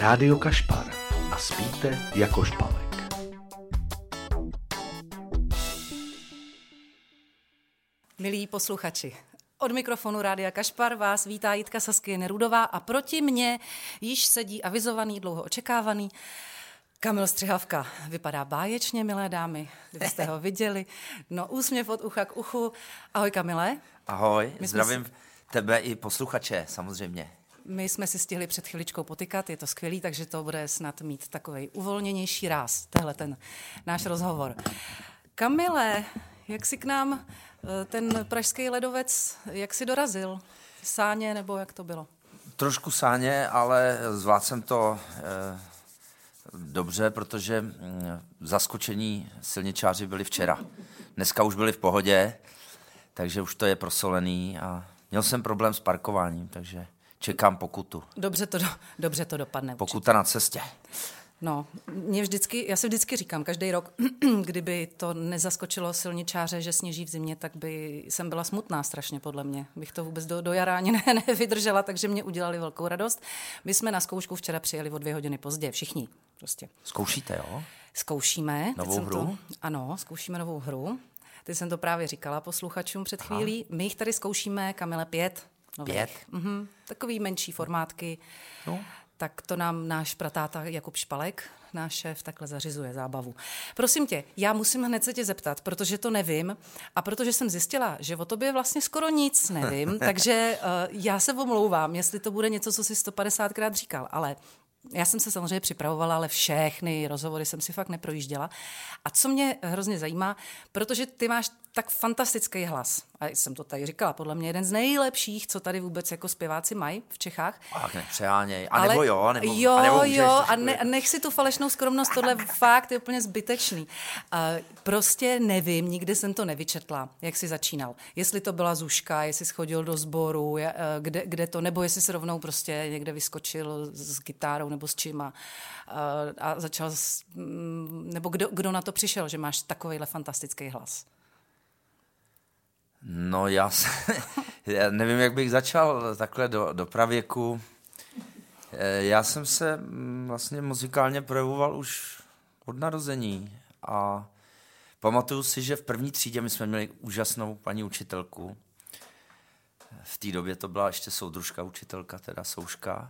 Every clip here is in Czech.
Rádio Kašpar a spíte jako špalek. Milí posluchači, od mikrofonu Rádia Kašpar vás vítá Jitka Saskia Nerudová a proti mně již sedí avizovaný, dlouho očekávaný Kamil Střihavka. Vypadá báječně, milé dámy, kdybyste ho viděli. No, úsměv od ucha k uchu. Ahoj, Kamile. Ahoj, zdravím tebe i posluchače, samozřejmě. My jsme si stihli před chviličkou potykat, je to skvělý, takže to bude snad mít takovej uvolněnější ráz, tehle ten náš rozhovor. Kamile, jak si k nám ten pražský ledovec, jak si dorazil? Sáně nebo jak to bylo? Trošku sáně, ale zvládl jsem to dobře, protože zaskočení silničáři byli včera. Dneska už byli v pohodě, takže už to je prosolený a měl jsem problém s parkováním, takže čekám pokutu. Dobře to dopadne. Pokuta na cestě. No, já si vždycky říkám, každý rok, kdyby to nezaskočilo silničáře, že sněží v zimě, tak by jsem byla smutná strašně, podle mě. Bych to vůbec do jara ani nevydržela, takže mě udělali velkou radost. My jsme na zkoušku včera přijeli o 2 hodiny pozdě, všichni prostě. Zkoušíte, jo? Zkoušíme. Novou hru? Ano, zkoušíme novou hru. Teď jsem to právě říkala posluchačům před chvílí. My jich tady zkoušíme, Kamile, 5. Nových. 5? Takový menší formátky. No. Tak to nám náš pratáta Jakub Špalek, náš šéf, takhle zařizuje zábavu. Prosím tě, já musím hned se tě zeptat, protože to nevím a protože jsem zjistila, že o tobě vlastně skoro nic nevím, takže já se omlouvám, jestli to bude něco, co jsi 150krát říkal, ale já jsem se samozřejmě připravovala, ale všechny rozhovory jsem si fakt neprojížděla. A co mě hrozně zajímá, protože ty máš tak fantastický hlas. A jsem to tady říkala, podle mě jeden z nejlepších, co tady vůbec jako zpěváci mají v Čechách. Ach, nepřeháněj. A nebo jo, a nech si tu falešnou skromnost, tohle fakt je úplně zbytečný. Prostě nevím, nikdy jsem to nevyčetla, jak jsi začínal. Jestli to byla Zuška, jestli jsi chodil do sboru, kde to, nebo jestli jsi rovnou prostě někde vyskočil s kytárou nebo s čím a začal, nebo kdo na to přišel, že máš takovejhle fantastický hlas? No já nevím, jak bych začal takhle do pravěku. Já jsem se vlastně muzikálně projevoval už od narození a pamatuju si, že v první třídě my jsme měli úžasnou paní učitelku. V té době to byla ještě soudružka učitelka, teda Souška.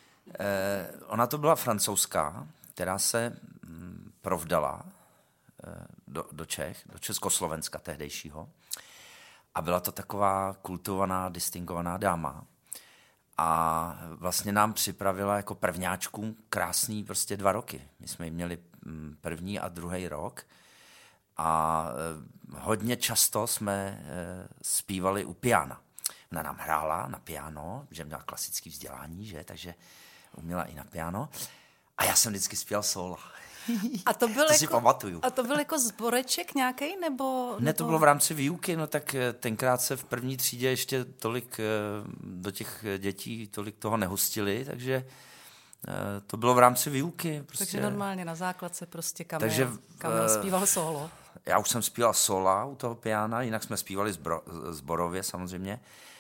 Ona to byla francouzská, která se provdala do Čech, do Československa tehdejšího. A byla to taková kultivovaná, distingovaná dáma. A vlastně nám připravila jako prvňáčkům krásný prostě 2 roky. My jsme ji měli první a druhý rok. A hodně často jsme zpívali u piana. Ona nám hrála na piano, že měla klasické vzdělání, že? Takže uměla i na piano. A já jsem vždycky zpíval sóla. A to byl si pamatuju. A to byl jako sboreček nějaký, nebo? Ne, to bylo v rámci výuky, no tak tenkrát se v první třídě ještě tolik do těch dětí tolik toho nehostili, takže to bylo v rámci výuky. Prostě. Takže normálně na základce prostě Kamil zpíval solo. Já už jsem zpíval sola u toho piana, jinak jsme zpívali sborově samozřejmě.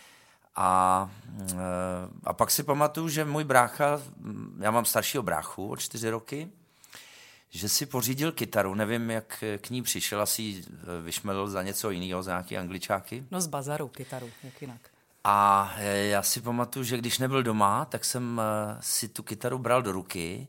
A pak si pamatuju, že můj brácha, já mám staršího bráchu o 4 roky, že si pořídil kytaru, nevím, jak k ní přišel, asi ji vyšmelil za něco jiného, za nějaký angličáky. No z bazaru kytaru, jak jinak. A já si pamatuju, že když nebyl doma, tak jsem si tu kytaru bral do ruky,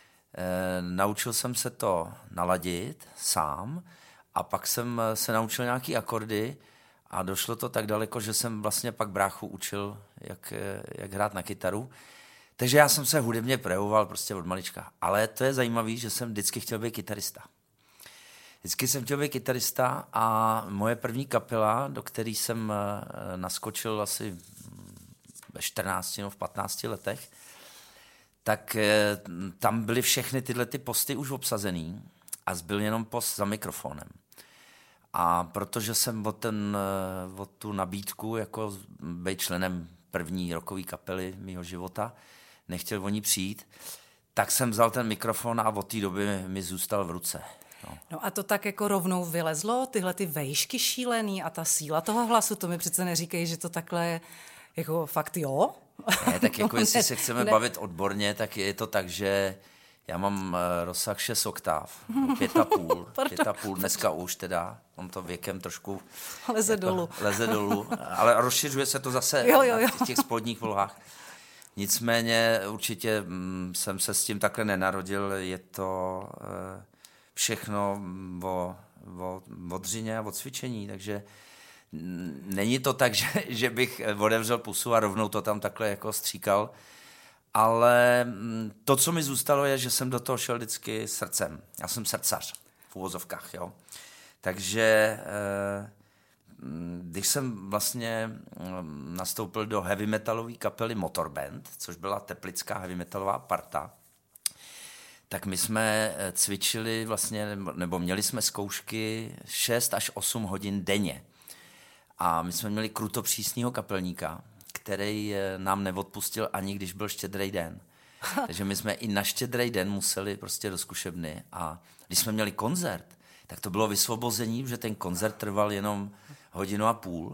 naučil jsem se to naladit sám a pak jsem se naučil nějaký akordy a došlo to tak daleko, že jsem vlastně pak bráchu učil, jak hrát na kytaru. Takže já jsem se hudebně projevoval prostě od malička. Ale to je zajímavé, že jsem vždycky chtěl být kytarista. Vždycky jsem chtěl být kytarista a moje první kapela, do které jsem naskočil asi ve 14 nebo v 15 letech, tak tam byly všechny tyhle ty posty už obsazený a zbyl jenom post za mikrofonem. A protože jsem o tu nabídku jako být členem první rockové kapely mýho života nechtěl o ní přijít, tak jsem vzal ten mikrofon a od té doby mi zůstal v ruce. No a to tak jako rovnou vylezlo, tyhle ty vejšky šílený a ta síla toho hlasu, to mi přece neříkej, že to takhle jako fakt jo? Ne, tak jako jestli se chceme bavit odborně, tak je to tak, že já mám rozsah 6 oktáv, 5,5, dneska už teda, on to věkem trošku leze dolů, ale rozšiřuje se to zase v těch spodních vlhách. Nicméně určitě jsem se s tím takhle nenarodil, je to všechno o dřině a o cvičení, takže není to tak, že bych otevřel pusu a rovnou to tam takhle jako stříkal, ale to, co mi zůstalo, je, že jsem do toho šel vždycky srdcem. Já jsem srdcař v uvozovkách, jo. Takže když jsem vlastně nastoupil do heavy metalové kapely Motorband, což byla teplická heavy metalová parta, tak my jsme cvičili vlastně, nebo měli jsme zkoušky 6 až 8 hodin denně. A my jsme měli krutopřísného kapelníka, který nám neodpustil ani když byl Štědrý den. Takže my jsme i na Štědrý den museli prostě do zkušebny. A když jsme měli koncert, tak to bylo vysvobození, že ten koncert trval jenom 1,5 hodiny.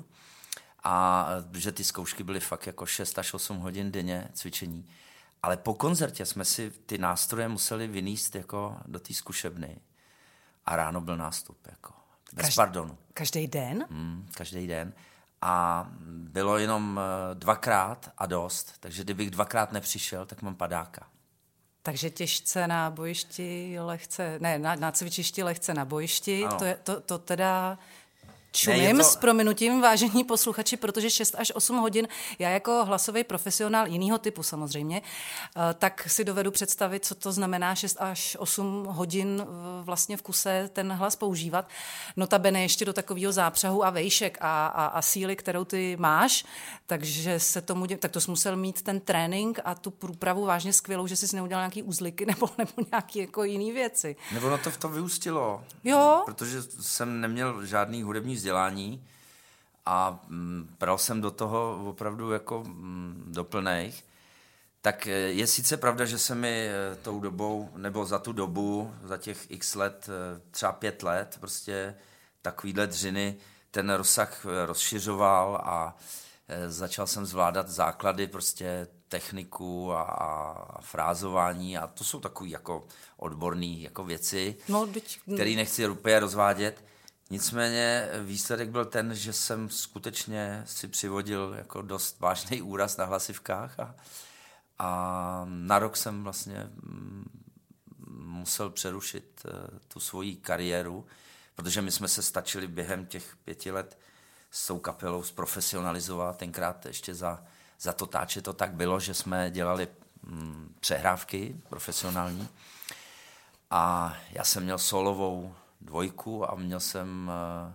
A že ty zkoušky byly fakt jako 6 až 8 hodin denně cvičení. Ale po koncertě jsme si ty nástroje museli vynést jako do té zkušebny. A ráno byl nástup. Jako. Bez pardonu. Každý den? Každý den. A bylo jenom 2krát a dost, takže kdybych 2krát nepřišel, tak mám padáka. Takže těžce na bojišti, lehce, ne, na cvičišti, lehce na bojišti, to teda... Čumím s prominutím, vážení posluchači, protože 6 až 8 hodin, já jako hlasový profesionál jiného typu samozřejmě, tak si dovedu představit, co to znamená 6 až 8 hodin vlastně v kuse ten hlas používat. Notabene ještě do takového zápřahu a vejšek a síly, kterou ty máš, takže se tomu, tak to jsi musel mít ten trénink a tu průpravu vážně skvělou, že jsi neudělal nějaký uzliky nebo nějaké jako jiné věci. Nebo no to v to vyústilo. Jo? Protože jsem neměl žádný hudební vzdělání a bral jsem do toho opravdu jako doplnej. Tak je sice pravda, že se mi tou dobou, nebo za tu dobu, za těch x let, třeba 5 let, prostě takovýhle dřiny, ten rozsah rozšiřoval a začal jsem zvládat základy, prostě techniku a frázování a to jsou takový jako odborný jako věci, které nechci úplně rozvádět. Nicméně výsledek byl ten, že jsem skutečně si přivodil jako dost vážný úraz na hlasivkách a na rok jsem vlastně musel přerušit tu svoji kariéru, protože my jsme se stačili během těch 5 let s tou kapelou zprofesionalizovat. Tenkrát ještě za Totáče to tak bylo, že jsme dělali přehrávky profesionální a já jsem měl solovou 2 a měl jsem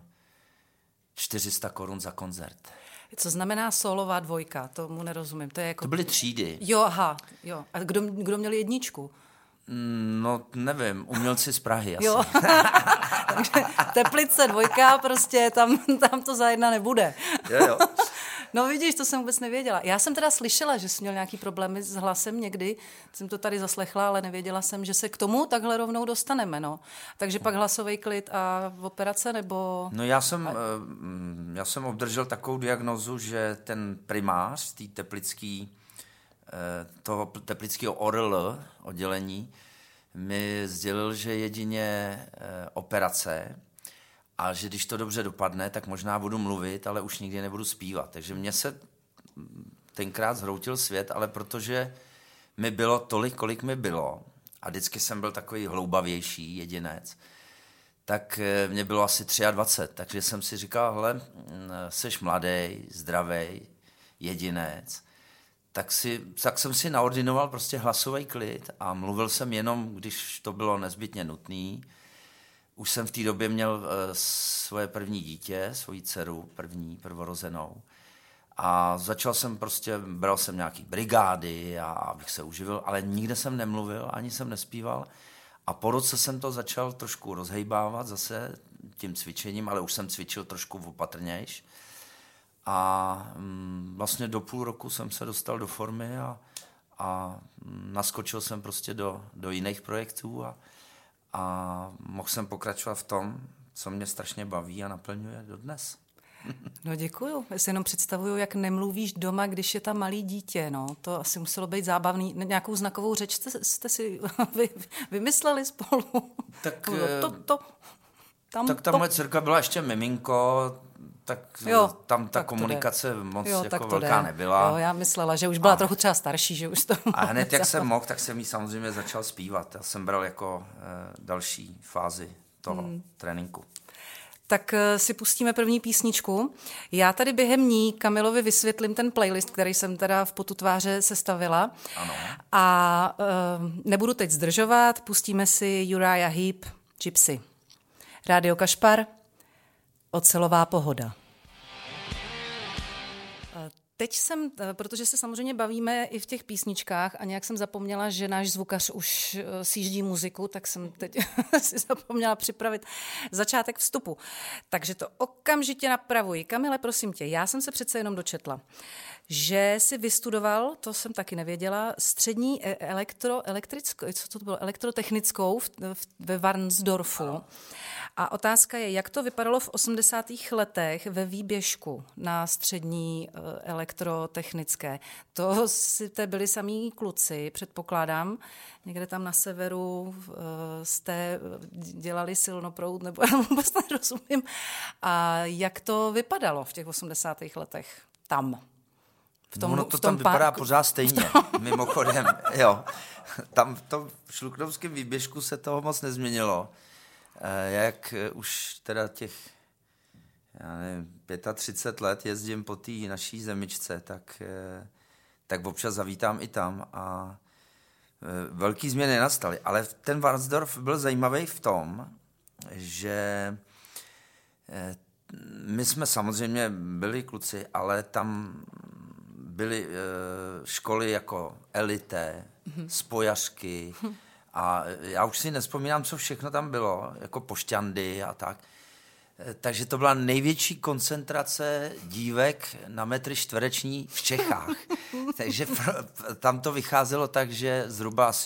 400 korun za koncert. Co znamená solová 2? Tomu nerozumím. To je jako... To byly třídy. Jo, aha. Jo. A kdo měl 1? No, nevím, umělci z Prahy asi. Jo. Takže Teplice 2, prostě tam to za 1 nebude. Jo. No vidíš, to jsem vůbec nevěděla. Já jsem teda slyšela, že jsi měl nějaký problémy s hlasem někdy, jsem to tady zaslechla, ale nevěděla jsem, že se k tomu takhle rovnou dostaneme, no. Takže pak hlasový klid a operace, nebo... No já jsem obdržel takovou diagnózu, že ten primář té toho teplického ORL oddělení mi sdělil, že jedině operace a že když to dobře dopadne, tak možná budu mluvit, ale už nikdy nebudu zpívat. Takže mě se tenkrát zhroutil svět, ale protože mi bylo tolik, kolik mi bylo a vždycky jsem byl takový hloubavější jedinec, tak mě bylo asi 23, takže jsem si říkal, hele, seš mladý, zdravý jedinec, tak jsem si naordinoval prostě hlasový klid a mluvil jsem jenom, když to bylo nezbytně nutný. Už jsem v té době měl svoje první dítě, svoji dceru, prvorozenou. A začal jsem bral jsem nějaký brigády a abych se uživil, ale nikde jsem nemluvil, ani jsem nespíval. A po roce jsem to začal trošku rozhejbávat zase tím cvičením, ale už jsem cvičil trošku opatrnějš. A vlastně do půl roku jsem se dostal do formy a naskočil jsem prostě do jiných projektů a mohl jsem pokračovat v tom, co mě strašně baví a naplňuje dodnes. No děkuju. Já si jenom představuju, jak nemluvíš doma, když je tam malý dítě. No. To asi muselo být zábavný. Nějakou znakovou řeč jste si vymysleli spolu? Tak, ta moje dcerka byla ještě miminko, tak tam ta komunikace moc jako velká nebyla. Jo, já myslela, že už byla trochu třeba starší, že už to... A hned jak jsem mohl, tak jsem jí samozřejmě začal zpívat. Já jsem bral jako další fázi toho tréninku. Tak si pustíme první písničku. Já tady během ní Kamilovi vysvětlím ten playlist, který jsem teda v potu tváře sestavila. Ano. A nebudu teď zdržovat, pustíme si Uriah Heep, Gypsy. Rádio Kašpar, Ocelová pohoda. Teď jsem, protože se samozřejmě bavíme i v těch písničkách a nějak jsem zapomněla, že náš zvukař už sjíždí muziku, tak jsem teď si zapomněla připravit začátek vstupu. Takže to okamžitě napravuji. Kamile, prosím tě, já jsem se přece jenom dočetla, že jsi vystudoval, to jsem taky nevěděla, střední elektrotechnickou ve Varnsdorfu. A otázka je, jak to vypadalo v 80. letech ve Výběžku na střední elektrotechnické. To byli samí kluci, předpokládám. Někde tam na severu jste dělali silnoproud, nebo já vůbec nerozumím. A jak to vypadalo v těch 80. letech tam? To tam vypadá pořád stejně, mimochodem. Jo. Tam v tom šluknovském Výběžku se toho moc nezměnilo. Jak už teda těch, já nevím, 35 let jezdím po té naší zemičce, tak občas zavítám i tam a velký změny nenastaly. Ale ten Varnsdorf byl zajímavý v tom, že my jsme samozřejmě byli kluci, ale tam byly školy jako Elité, Spojařky, a já už si nevzpomínám, co všechno tam bylo, jako pošťandy a tak. Takže to byla největší koncentrace dívek na metry čtvereční v Čechách. Takže tam to vycházelo tak, že zhruba asi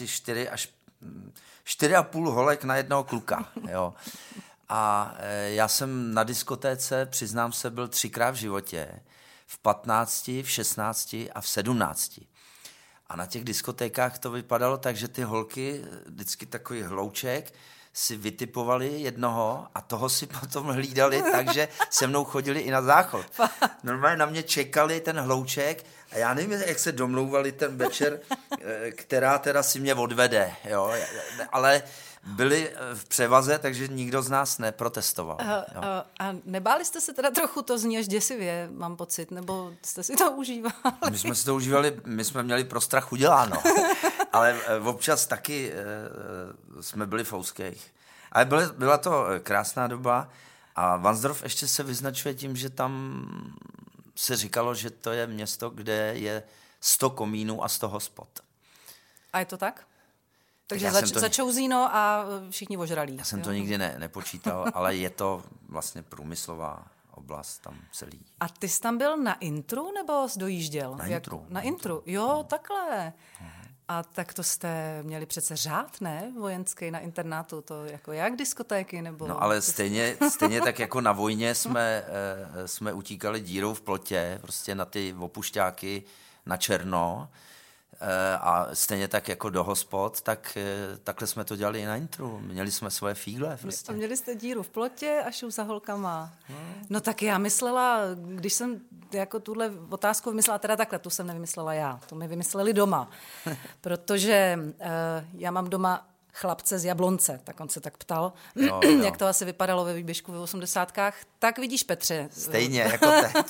4,5 holek na jednoho kluka. Jo. A já jsem na diskotéce, přiznám se, byl 3krát v životě. V 15, v 16 a v 17. A na těch diskotékách to vypadalo tak, že ty holky, vždycky takový hlouček, si vytipovali jednoho a toho si potom hlídali, takže se mnou chodili i na záchod. Normálně na mě čekali ten hlouček a já nevím, jak se domlouvali ten večer, která teda si mě odvede, jo, ale byli v převaze, takže nikdo z nás neprotestoval. A nebáli jste se teda trochu, to zní až děsivě, mám pocit, nebo jste si to užívali? My jsme si to užívali, my jsme měli pro strach uděláno, ale občas taky jsme byli v ouských. Ale byla to krásná doba a Varnsdorf ještě se vyznačuje tím, že tam se říkalo, že to je město, kde je 100 komínů a 100 hospod. A je to tak? Takže začouzíno a všichni ožralí. Já jsem to nikdy nepočítal, ale je to vlastně průmyslová oblast tam celý. A ty jsi tam byl na intru nebo jsi dojížděl? Na intru. Na intru, jo, takhle. A tak to jste měli přece řád, ne? Vojenský na internátu, to jako jak diskotéky? Nebo... No ale stejně tak jako na vojně jsme utíkali dírou v plotě, prostě na ty opušťáky na černo. A stejně tak jako do hospod, takhle jsme to dělali i na intru. Měli jsme svoje fígle. Prostě. A měli jste díru v plotě a šup za holkama. No tak já myslela, když jsem jako tuhle otázku vymyslela, teda takhle, tu jsem nevymyslela já, to mi vymysleli doma. Protože já mám doma chlapce z Jablonce, tak on se tak ptal, jo. Jak to asi vypadalo ve Výběžku ve 80kách. Tak vidíš, Petře. Stejně jako teď.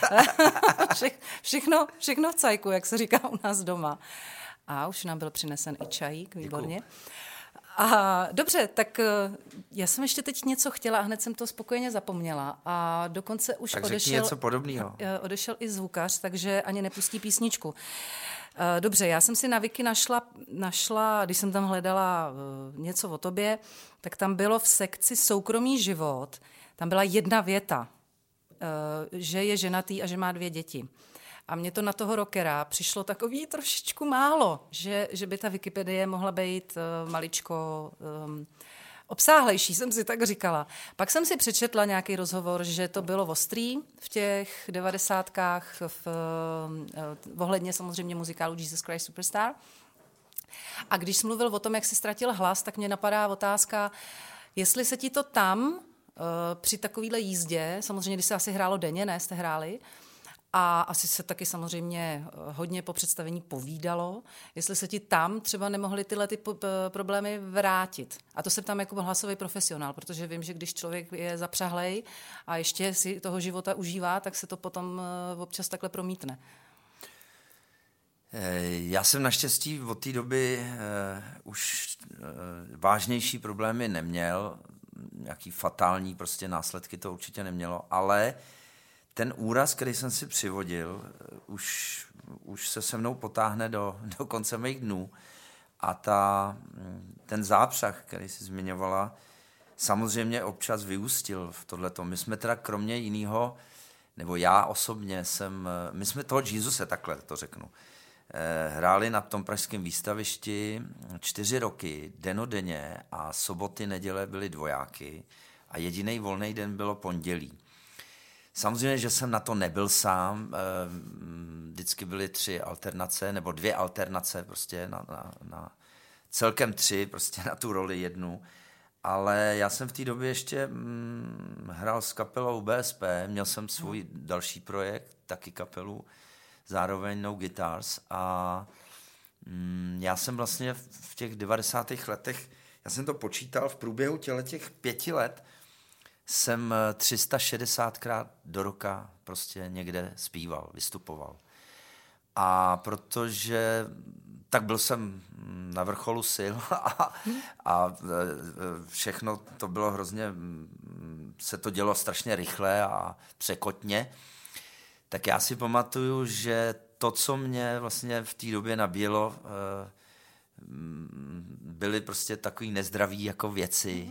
všechno v cajku, jak se říká u nás doma. A už nám byl přinesen i čajík, výborně. Děkuju. A dobře, tak já jsem ještě teď něco chtěla a hned jsem to spokojeně zapomněla. A dokonce už tak něco podobného. Odešel i zvukař, takže ani nepustí písničku. Dobře, já jsem si na Wiki našla, když jsem tam hledala něco o tobě, tak tam bylo v sekci soukromý život, tam byla jedna věta, že je ženatý a že má 2 děti. A mně to na toho rockera přišlo takový trošičku málo, že by ta Wikipedie mohla být maličko obsáhlejší, jsem si tak říkala. Pak jsem si přečetla nějaký rozhovor, že to bylo ostrý v těch 90kách, ohledně samozřejmě muzikálu Jesus Christ Superstar. A když jsi mluvil o tom, jak jsi ztratil hlas, tak mě napadá otázka, jestli se ti to tam při takovéhle jízdě, samozřejmě, když se asi hrálo denně, ne, jste hráli, a asi se taky samozřejmě hodně po představení povídalo, jestli se ti tam třeba nemohly tyhle problémy vrátit. A to se ptám jako hlasový profesionál, protože vím, že když člověk je zapřahlej a ještě si toho života užívá, tak se to potom občas takhle promítne. Já jsem naštěstí od té doby už vážnější problémy neměl, nějaký fatální prostě následky to určitě nemělo, ale ten úraz, který jsem si přivodil, už se mnou potáhne do konce mých dnů a ten zápřah, který jsi zmiňovala, samozřejmě občas vyústil v tohleto. My jsme teda kromě jiného, nebo já osobně my jsme toho Jesuse, takhle to řeknu, hráli na tom pražském výstavišti 4 roky, dennodenně a soboty, neděle byly dvojáky a jediný volný den bylo pondělí. Samozřejmě, že jsem na to nebyl sám, vždycky byly 3 alternace, nebo 2 alternace prostě na celkem 3 prostě na tu roli jednu, ale já jsem v té době ještě hrál s kapelou BSP, měl jsem svůj další projekt, taky kapelu, zároveň No Guitars a já jsem vlastně v těch 90. letech, já jsem to počítal, v průběhu těch 5 let jsem 360krát do roka prostě někde zpíval, vystupoval. A protože tak byl jsem na vrcholu sil a všechno to bylo hrozně, se to dělo strašně rychle a překotně, tak já si pamatuju, že to, co mě vlastně v té době nabíjelo, byly prostě takový nezdravý jako věci,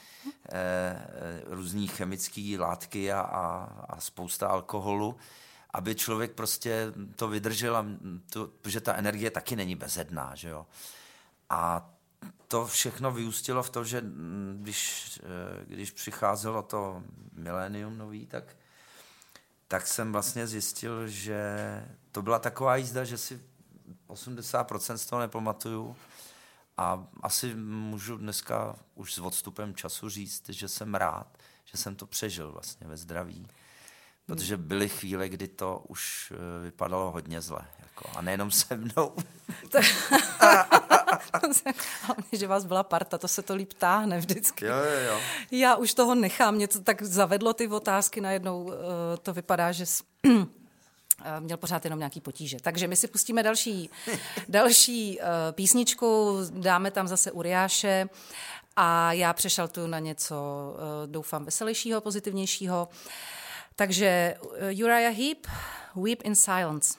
různý chemické látky a spousta alkoholu, aby člověk prostě to vydržel, protože ta energie taky není bezedná, že jo. A to všechno vyústilo v to, že když přicházelo to milénium nový, tak jsem vlastně zjistil, že to byla taková jízda, že si 80% z toho nepamatuju a asi můžu dneska už s odstupem času říct, že jsem rád, že jsem to přežil vlastně ve zdraví. Protože byly chvíle, kdy to už vypadalo hodně zle. Jako, a nejenom se mnou. Hlavně, že vás byla parta, to se to líp táhne vždycky. Jo. Já už toho nechám, mě to tak zavedlo ty otázky, najednou to vypadá, že měl pořád jenom nějaký potíže. Takže my si pustíme další písničku, dáme tam zase Uriáše a já přešaltuju na něco, doufám, veselějšího, pozitivnějšího. Takže Uriah Heep, Weep in Silence.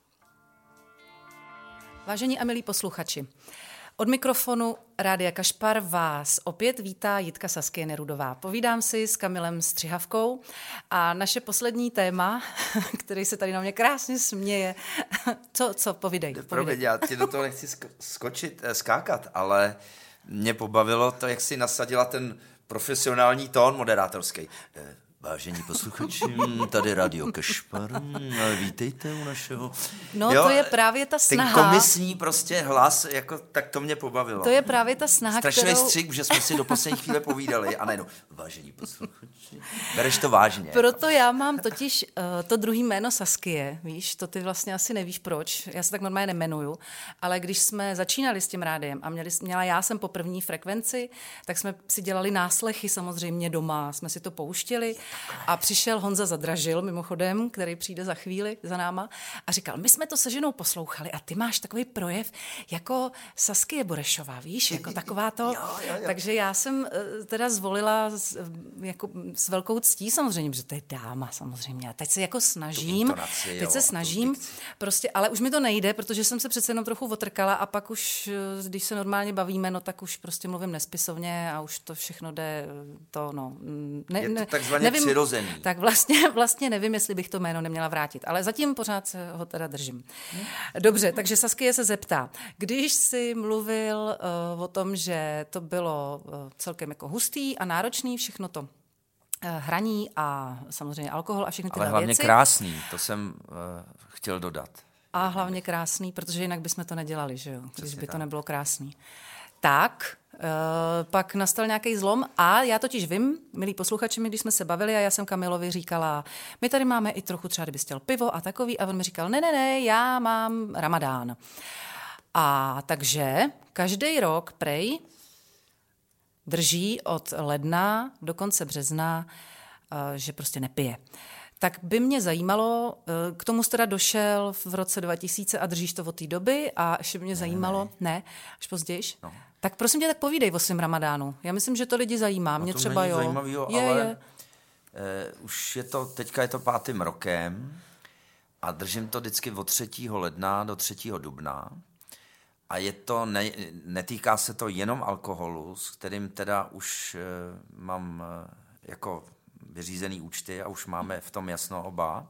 Vážení a milí posluchači, od mikrofonu Rádia Kašpar vás opět vítá Jitka Saskie Nerudová. Povídám si s Kamilem Střihavkou a naše poslední téma, který se tady na mě krásně směje. Co povídej. Promiň, já ti do toho nechci skákat, ale mě pobavilo to, jak jsi nasadila ten profesionální tón moderátorský. Vážení posluchači, tady Radio Kašpar, vítejte u našeho... No, jo, to je právě ta snaha. Ten komisní prostě hlas, jako, tak to mě pobavilo. To je právě ta snaha, strašný střih, že jsme si do poslední chvíle povídali a najednou, vážení posluchači, bereš to vážně. Proto já mám totiž to druhý jméno Saskie, víš, to ty vlastně asi nevíš proč, já se tak normálně nemenuju, ale když jsme začínali s tím rádiem a měla já jsem po první frekvenci, tak jsme si dělali náslechy samozřejmě doma, jsme si to pouštěli. A přišel Honza Zadražil, mimochodem, který přijde za chvíli za náma a říkal, my jsme to se ženou poslouchali a ty máš takový projev jako Saskie Borešová, víš, jako taková to. Jo. Takže já jsem teda zvolila jako s velkou ctí samozřejmě, protože to je dáma samozřejmě. A teď se jako snažím, prostě, ale už mi to nejde, protože jsem se přece jenom trochu otrkala a pak už, když se normálně bavíme, no tak už prostě mluvím nespisovně a už to všechno jde, to no. Je to takzvaně přirozený. Tak vlastně nevím, jestli bych to jméno neměla vrátit, ale zatím pořád se ho teda držím. Dobře, takže Saskia se zeptá, když jsi mluvil o tom, že to bylo celkem jako hustý a náročný, všechno to hraní a samozřejmě alkohol a všechny tyhle věci. Ale hlavně krásný, to jsem chtěl dodat. A hlavně krásný, protože jinak bychom to nedělali, že jo, když by to tak. nebylo krásný. Tak, pak nastal nějaký zlom a já totiž vím, milí posluchači, když jsme se bavili a já jsem Kamilovi říkala, my tady máme i trochu třeba, kdyby chtěl pivo a takový a on mi říkal, ne, já mám ramadán. A takže každý rok prej drží od ledna do konce března, že prostě nepije. Tak by mě zajímalo, k tomu jsi teda došel v roce 2000 a držíš to od té doby a ještě mě zajímalo, ne, až později. No. Tak prosím tě, tak povídej o svém ramadánu. Já myslím, že to lidi zajímá. Mě třeba jo. Zajímavýho, ale už teďka je to 5. rokem a držím to vždycky od 3. ledna do 3. dubna. A netýká se to jenom alkoholu, s kterým teda už mám jako vyřízený účty a už máme v tom jasno oba.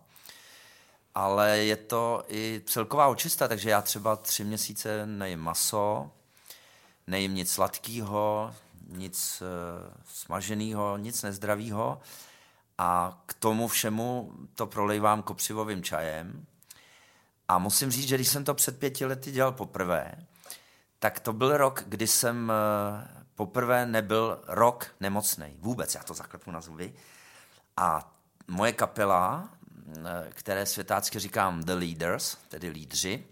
Ale je to i celková očista, takže já třeba 3 měsíce nejím maso, nejím nic sladkého, nic smaženého, nic nezdravého a k tomu všemu to prolejvám kopřivovým čajem. A musím říct, že když jsem to před 5 lety dělal poprvé, tak to byl rok, kdy jsem poprvé nebyl rok nemocnej. Vůbec, já to zaklepu na zuby. A moje kapela, které světácky říkám The Leaders, tedy lídři,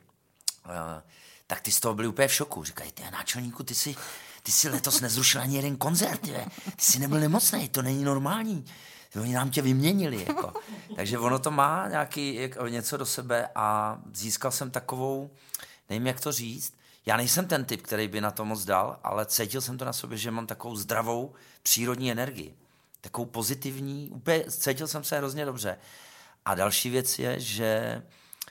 tak ty z toho byli úplně v šoku. Říkají, ty náčelníku, ty jsi letos nezrušil ani jeden koncert, ty jsi nebyl nemocnej, to není normální. Oni nám tě vyměnili. Jako. Takže ono to má něco do sebe a získal jsem takovou, nevím, jak to říct, já nejsem ten typ, který by na to moc dal, ale cítil jsem to na sobě, že mám takovou zdravou přírodní energii. Takovou pozitivní, úplně cítil jsem se hrozně dobře. A další věc je, že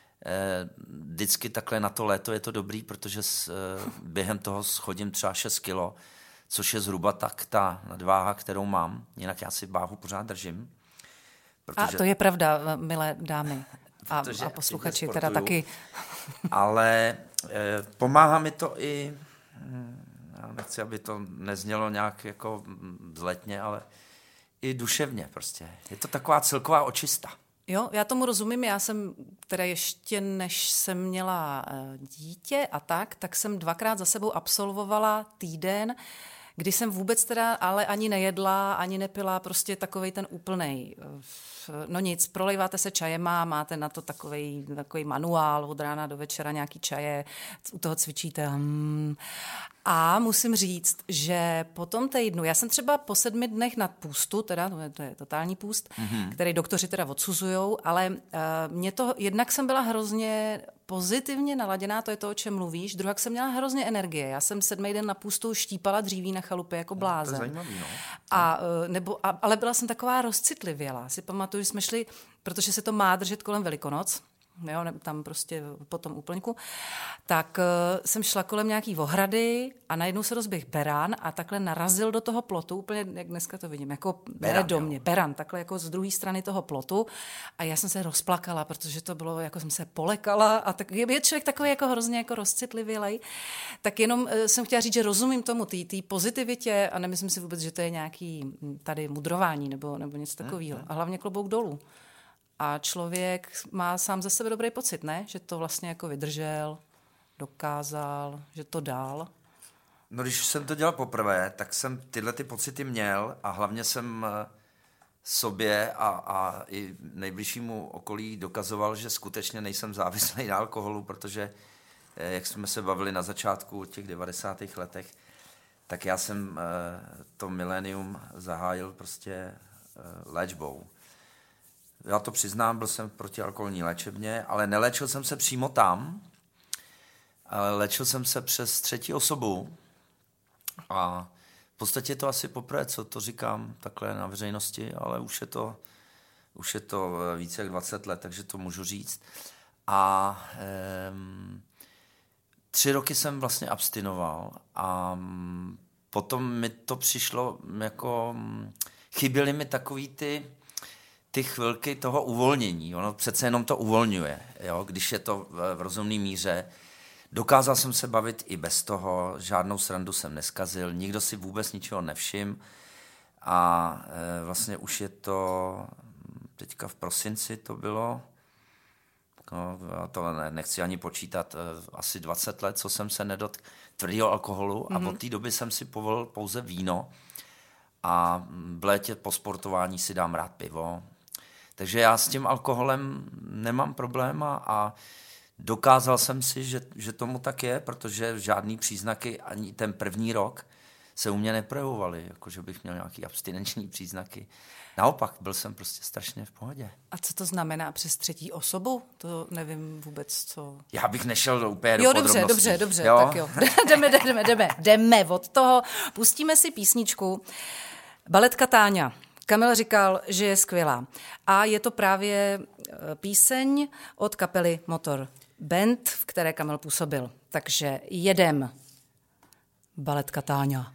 vždycky takhle na to léto je to dobrý, protože během toho schodím třeba 6 kilo, což je zhruba tak ta nadváha, kterou mám. Jinak já si váhu pořád držím. A to je pravda, milé dámy a posluchači teda taky. Ale pomáhá mi to i, já nechci, aby to neznělo nějak jako vzletně, ale i duševně prostě. Je to taková celková očista. Jo, já tomu rozumím, já jsem teda ještě než jsem měla dítě a tak jsem 2krát za sebou absolvovala týden, kdy jsem vůbec teda ale ani nejedla, ani nepila, prostě takovej ten úplnej. No nic, prolejváte se čajema, máte na to takový manuál od rána do večera, nějaký čaje, u toho cvičíte. A musím říct, že po tom týdnu, já jsem třeba po 7 dnech nad půstu, teda to je totální půst, který doktoři teda odsuzujou, ale mě to, jednak jsem byla hrozně pozitivně naladěná, to je to, o čem mluvíš, druhak jsem měla hrozně energie. Já jsem 7. den na půstu štípala dříví na chalupě jako blázen. To je zajímavý, no. Ale byla jsem taková rozcitlivěla. Si pamatuju, že jsme šli, protože se to má držet kolem Velikonoc, jo, tam prostě po tom úplňku, tak jsem šla kolem nějaký ohrady a najednou se rozběh beran a takhle narazil do toho plotu, úplně jak dneska to vidím, jako beran, do mě, beran, takhle jako z druhé strany toho plotu a já jsem se rozplakala, protože to bylo, jako jsem se polekala a tak je člověk takový jako hrozně jako rozcitlivělej, tak jenom jsem chtěla říct, že rozumím tomu, té pozitivitě a nemyslím si vůbec, že to je nějaký tady mudrování nebo něco takového a hlavně klobouk dolů. A člověk má sám ze sebe dobrý pocit, ne? Že to vlastně jako vydržel, dokázal, že to dal. No když jsem to dělal poprvé, tak jsem tyhle ty pocity měl a hlavně jsem sobě a i nejbližšímu okolí dokazoval, že skutečně nejsem závislý na alkoholu, protože jak jsme se bavili na začátku těch 90. letech, tak já jsem to milénium zahájil prostě léčbou. Já to přiznám, byl jsem v protialkoholní léčebně, ale neléčil jsem se přímo tam, ale léčil jsem se přes 3. osobu a v podstatě je to asi poprvé, co to říkám takhle na veřejnosti, ale už je to více jak 20 let, takže to můžu říct. A 3 roky jsem vlastně abstinoval a potom mi to přišlo jako, chyběly mi takový ty ty chvilky toho uvolnění, ono přece jenom to uvolňuje, jo, když je to v rozumné míře. Dokázal jsem se bavit i bez toho, žádnou srandu jsem neskazil, nikdo si vůbec ničeho nevšiml a vlastně už je to, teďka v prosinci to bylo, no, to nechci ani počítat, asi 20 let, co jsem se nedotkl tvrdého alkoholu a od té doby jsem si povolil pouze víno a v létě po sportování si dám rád pivo. Takže já s tím alkoholem nemám problém a dokázal jsem si, že tomu tak je, protože žádný příznaky ani ten první rok se u mě neprojevovaly, jako že bych měl nějaký abstinenční příznaky. Naopak, byl jsem prostě strašně v pohodě. A co to znamená přes třetí osobu? To nevím vůbec, co... Já bych nešel úplně do podrobností. Dobře, jo? Tak jo. Jdeme od toho. Pustíme si písničku. Baletka Táňa. Kamil říkal, že je skvělá. A je to právě píseň od kapely Motor Band, v které Kamil působil. Takže jedem. Baletka Táňa.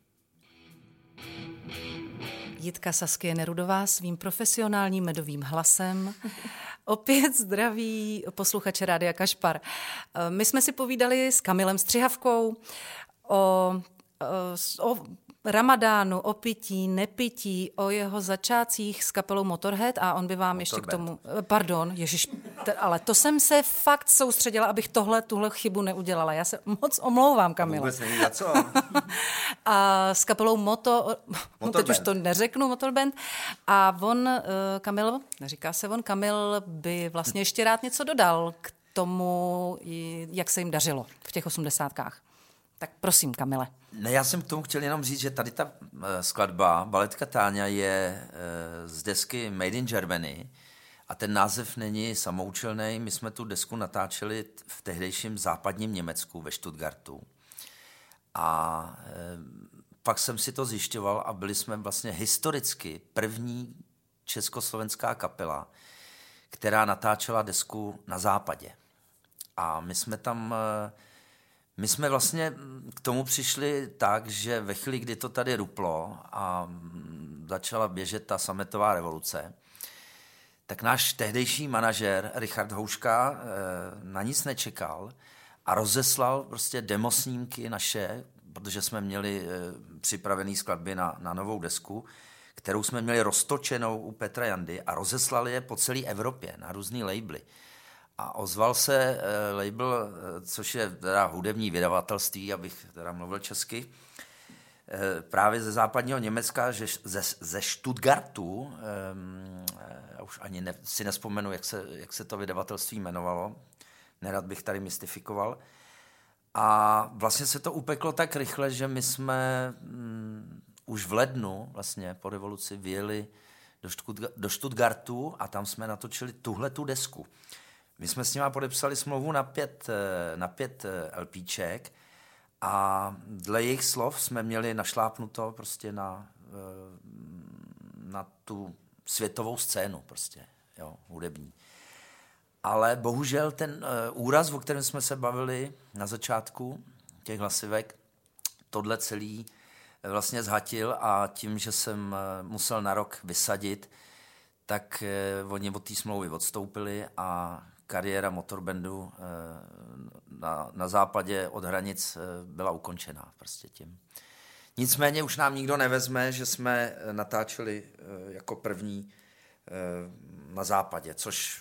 Jitka Saskie Nerudová svým profesionálním medovým hlasem opět zdraví posluchače Rádia Kašpar. My jsme si povídali s Kamilem Střihavkou o ramadánu, o pití, nepití, o jeho začátcích s kapelou Motorhead a on by vám ještě k tomu... Pardon, ale to jsem se fakt soustředila, abych tuhle chybu neudělala. Já se moc omlouvám, Kamile. Vůbec není za co. A s kapelou teď už to neřeknu, Motorband. A Kamil by vlastně ještě rád něco dodal k tomu, jak se jim dařilo v těch 80kách. Tak prosím, Kamile. Ne, já jsem k tomu chtěl jenom říct, že tady ta skladba Baletka Táňa je z desky Made in Germany a ten název není samoučelný. My jsme tu desku natáčeli v tehdejším západním Německu ve Stuttgartu. A pak jsem si to zjišťoval a byli jsme vlastně historicky první československá kapela, která natáčela desku na západě. A my jsme vlastně k tomu přišli tak, že ve chvíli, kdy to tady ruplo a začala běžet ta sametová revoluce, tak náš tehdejší manažer Richard Houška na nic nečekal a rozeslal prostě demosnímky naše, protože jsme měli připravený skladby na novou desku, kterou jsme měli roztočenou u Petra Jandy a rozeslali je po celé Evropě na různý labely. A ozval se label, což je teda hudební vydavatelství, abych teda mluvil česky, právě ze západního Německa, ze Stuttgartu, já už ani si nespomenu, jak se to vydavatelství jmenovalo, nerad bych tady mystifikoval. A vlastně se to upeklo tak rychle, že my jsme už v lednu vlastně po revoluci vyjeli do Stuttgartu a tam jsme natočili tuhletu desku. My jsme s nima podepsali smlouvu na pět LPček a dle jejich slov jsme měli našlápnuto prostě na tu světovou scénu prostě, jo, hudební. Ale bohužel ten úraz, o kterém jsme se bavili na začátku těch hlasivek, tohle celý vlastně zhatil a tím, že jsem musel na rok vysadit, tak oni od té smlouvy odstoupili a kariéra Motorbandu na západě od hranic byla ukončená prostě tím. Nicméně už nám nikdo nevezme, že jsme natáčeli jako první na západě, což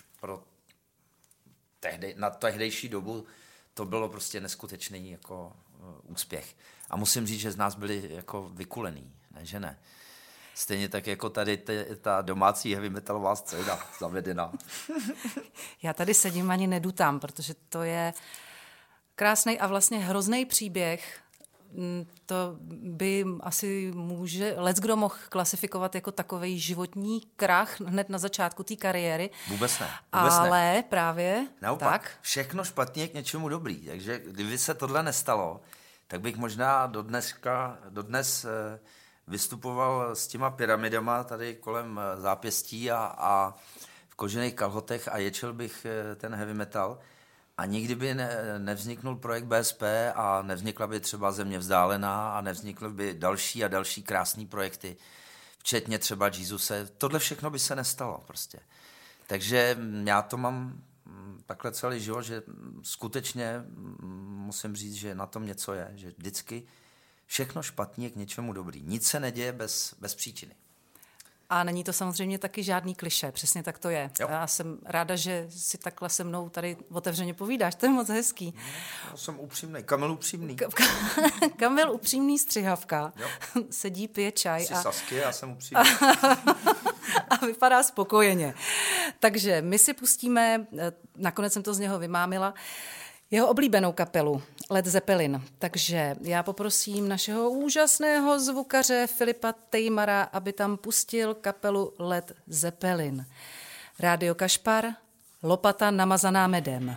na tehdejší dobu to bylo prostě neskutečný jako úspěch. A musím říct, že z nás byli jako vykulený, ne, že ne. Stejně tak jako tady ta domácí heavy metalová scéna zavedená. Já tady sedím ani nedutám, protože to je krásný a vlastně hrozný příběh. To by asi leckdo mohl klasifikovat jako takovej životní krach hned na začátku té kariéry. Vůbec ne. Ale právě naopak, tak. Všechno špatně je k něčemu dobrý. Takže kdyby se tohle nestalo, tak bych možná dodnes vystupoval s těma pyramidama tady kolem zápěstí a v kožených kalhotech a ječil bych ten heavy metal. A nikdy by nevzniknul projekt BSP a nevznikla by třeba Země vzdálená a nevznikly by další a další krásné projekty, včetně třeba Jesuse, tohle všechno by se nestalo prostě. Takže já to mám takhle celý život, že skutečně musím říct, že na tom něco je, že vždycky všechno špatný je k něčemu dobrý. Nic se neděje bez příčiny. A není to samozřejmě taky žádný klišé, přesně tak to je. Jo. Já jsem ráda, že si takhle se mnou tady otevřeně povídáš, to je moc hezký. Já jsem upřímný, Kamil upřímný. Kamil upřímný střihavka, Jo. sedí, pije čaj Jsi Sasky, já jsem upřímný. a vypadá spokojeně. Takže my si pustíme, nakonec jsem to z něho vymámila, jeho oblíbenou kapelu Led Zeppelin. Takže já poprosím našeho úžasného zvukaře Filipa Tejmara, aby tam pustil kapelu Led Zeppelin. Rádio Kašpar, lopata namazaná medem.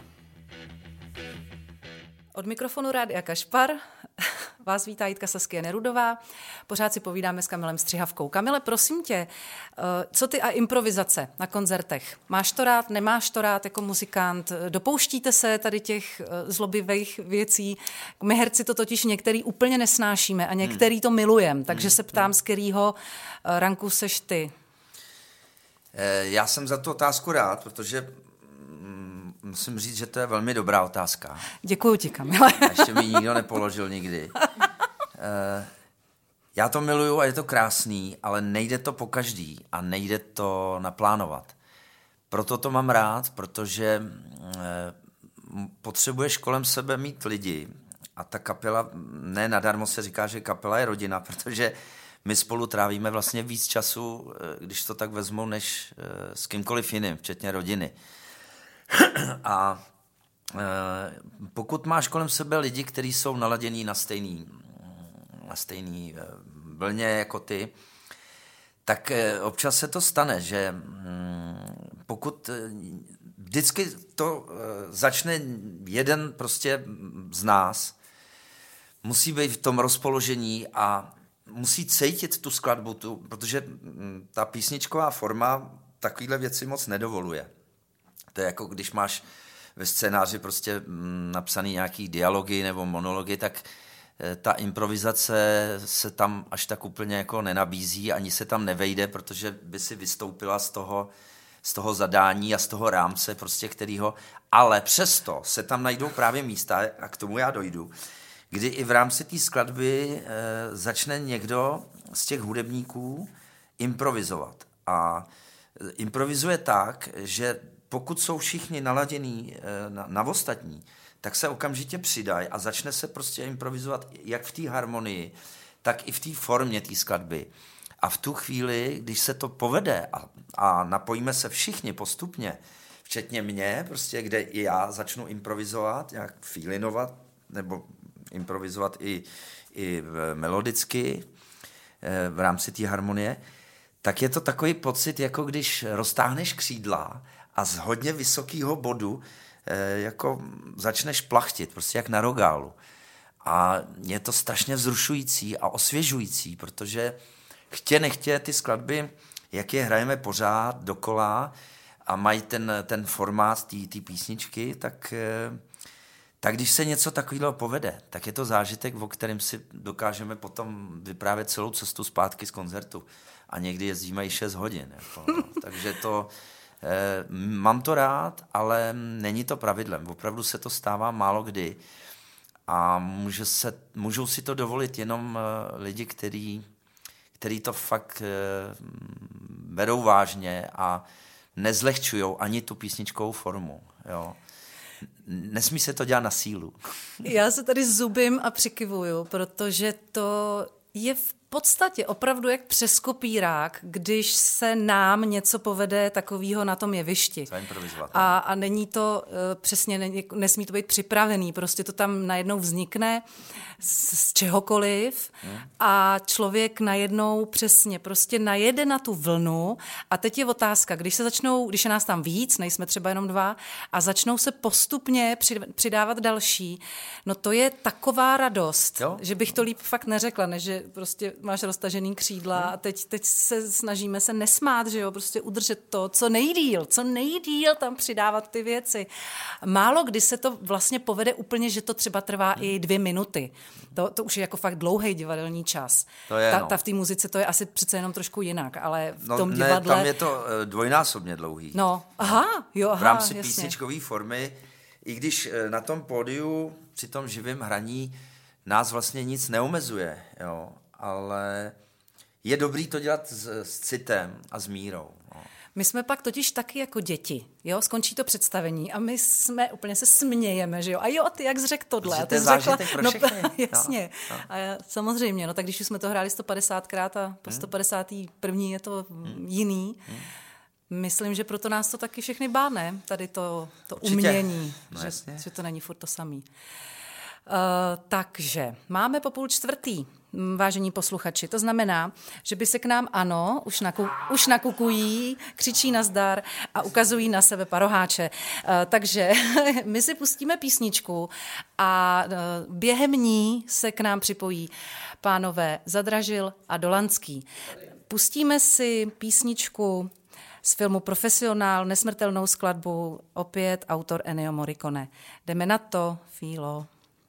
Od mikrofonu Rádia Kašpar vás vítá Jitka Saskia Nerudová. Pořád si povídáme s Kamilem Střihavkou. Kamile, prosím tě, co ty a improvizace na koncertech? Máš to rád, nemáš to rád jako muzikant? Dopouštíte se tady těch zlobivých věcí? My herci to totiž některý úplně nesnášíme a některý to milujeme, takže se ptám, z kterého ranku seš ty? Já jsem za tu otázku rád, protože musím říct, že to je velmi dobrá otázka. Děkuju ti, Kamile. A ještě mi nikdo nepoložil nikdy. Já to miluju a je to krásný, ale nejde to po každý a nejde to naplánovat. Proto to mám rád, protože potřebuješ kolem sebe mít lidi a ta kapela, ne nadarmo se říká, že kapela je rodina, protože my spolu trávíme vlastně víc času, když to tak vezmu, než s kýmkoliv jiným, včetně rodiny. A pokud máš kolem sebe lidi, kteří jsou naladění na stejný vlně jako ty, tak občas se to stane, že pokud vždycky to začne jeden prostě z nás, musí být v tom rozpoložení a musí cítit tu skladbu, protože ta písničková forma takovýhle věci moc nedovoluje. To je jako když máš ve scénáři prostě napsaný nějaký dialogy nebo monology, tak ta improvizace se tam až tak úplně jako nenabízí, ani se tam nevejde, protože by si vystoupila z toho zadání a z toho rámce, prostě kterýho, ale přesto se tam najdou právě místa, a k tomu já dojdu, kdy i v rámci té skladby začne někdo z těch hudebníků improvizovat. A improvizuje tak, že pokud jsou všichni naladění na ostatní, tak se okamžitě přidají a začne se prostě improvizovat jak v té harmonii, tak i v té formě té skladby. A v tu chvíli, když se to povede a napojíme se všichni postupně, včetně mě, prostě, kde i já začnu improvizovat, nějak feelinovat, nebo improvizovat i melodicky v rámci té harmonie, tak je to takový pocit, jako když roztáhneš křídla a z hodně vysokého bodu jako začneš plachtit, prostě jak na rogálu. A je to strašně vzrušující a osvěžující, protože chtě nechtě ty skladby, jak je hrajeme pořád dokola a mají ten formát té písničky, tak když se něco takového povede, tak je to zážitek, o kterém si dokážeme potom vyprávět celou cestu zpátky z koncertu. A někdy jezdíme i 6 hodin. Jako, no. Takže to mám to rád, ale není to pravidlem. Opravdu se to stává málo kdy. A můžou si to dovolit jenom lidi, který to fakt berou vážně a nezlehčujou ani tu písničkovou formu. Jo. Nesmí se to dělat na sílu. Já se tady zubím a přikivuju, protože to je v podstatě opravdu jak přes kopírák, když se nám něco povede takového na tom jevišti. A není to přesně, nesmí to být připravený, prostě to tam najednou vznikne z čehokoliv a člověk najednou přesně prostě najede na tu vlnu a teď je otázka, když je nás tam víc, nejsme třeba jenom 2 a začnou se postupně přidávat další, no to je taková radost, že bych to líp fakt neřekla, než že prostě máš roztažený křídla a teď se snažíme se nesmát, že jo, prostě udržet to, co nejdýl tam přidávat ty věci. Málo kdy se to vlastně povede úplně, že to třeba trvá i 2 minuty. To už je jako fakt dlouhý divadelní čas. To je, ta v té muzice to je asi přece jenom trošku jinak, ale v tom divadle... tam je to dvojnásobně dlouhý. No, v rámci písničkové formy, i když na tom pódiu při tom živém hraní nás vlastně nic neomezuje, jo, ale je dobrý to dělat s citem a s mírou. No. My jsme pak totiž taky jako děti, jo, skončí to představení a my jsme úplně se smějeme, že jo, a jo, ty jak jsi řekl tohle, a ty jsi řekla, no jasně, no. A samozřejmě, no tak když už jsme to hráli 150krát a po 151. je to jiný, myslím, že proto nás to taky všechny báne, tady to umění, no, že to není furt to samý. Takže máme po 3:30, vážení posluchači. To znamená, že by se k nám, ano, už nakukují, křičí nazdar a ukazují na sebe paroháče. Takže my si pustíme písničku a během ní se k nám připojí pánové Zadražil a Dolanský. Pustíme si písničku z filmu Profesionál, nesmrtelnou skladbu, opět autor Ennio Morricone. Jdeme na to, Fílo.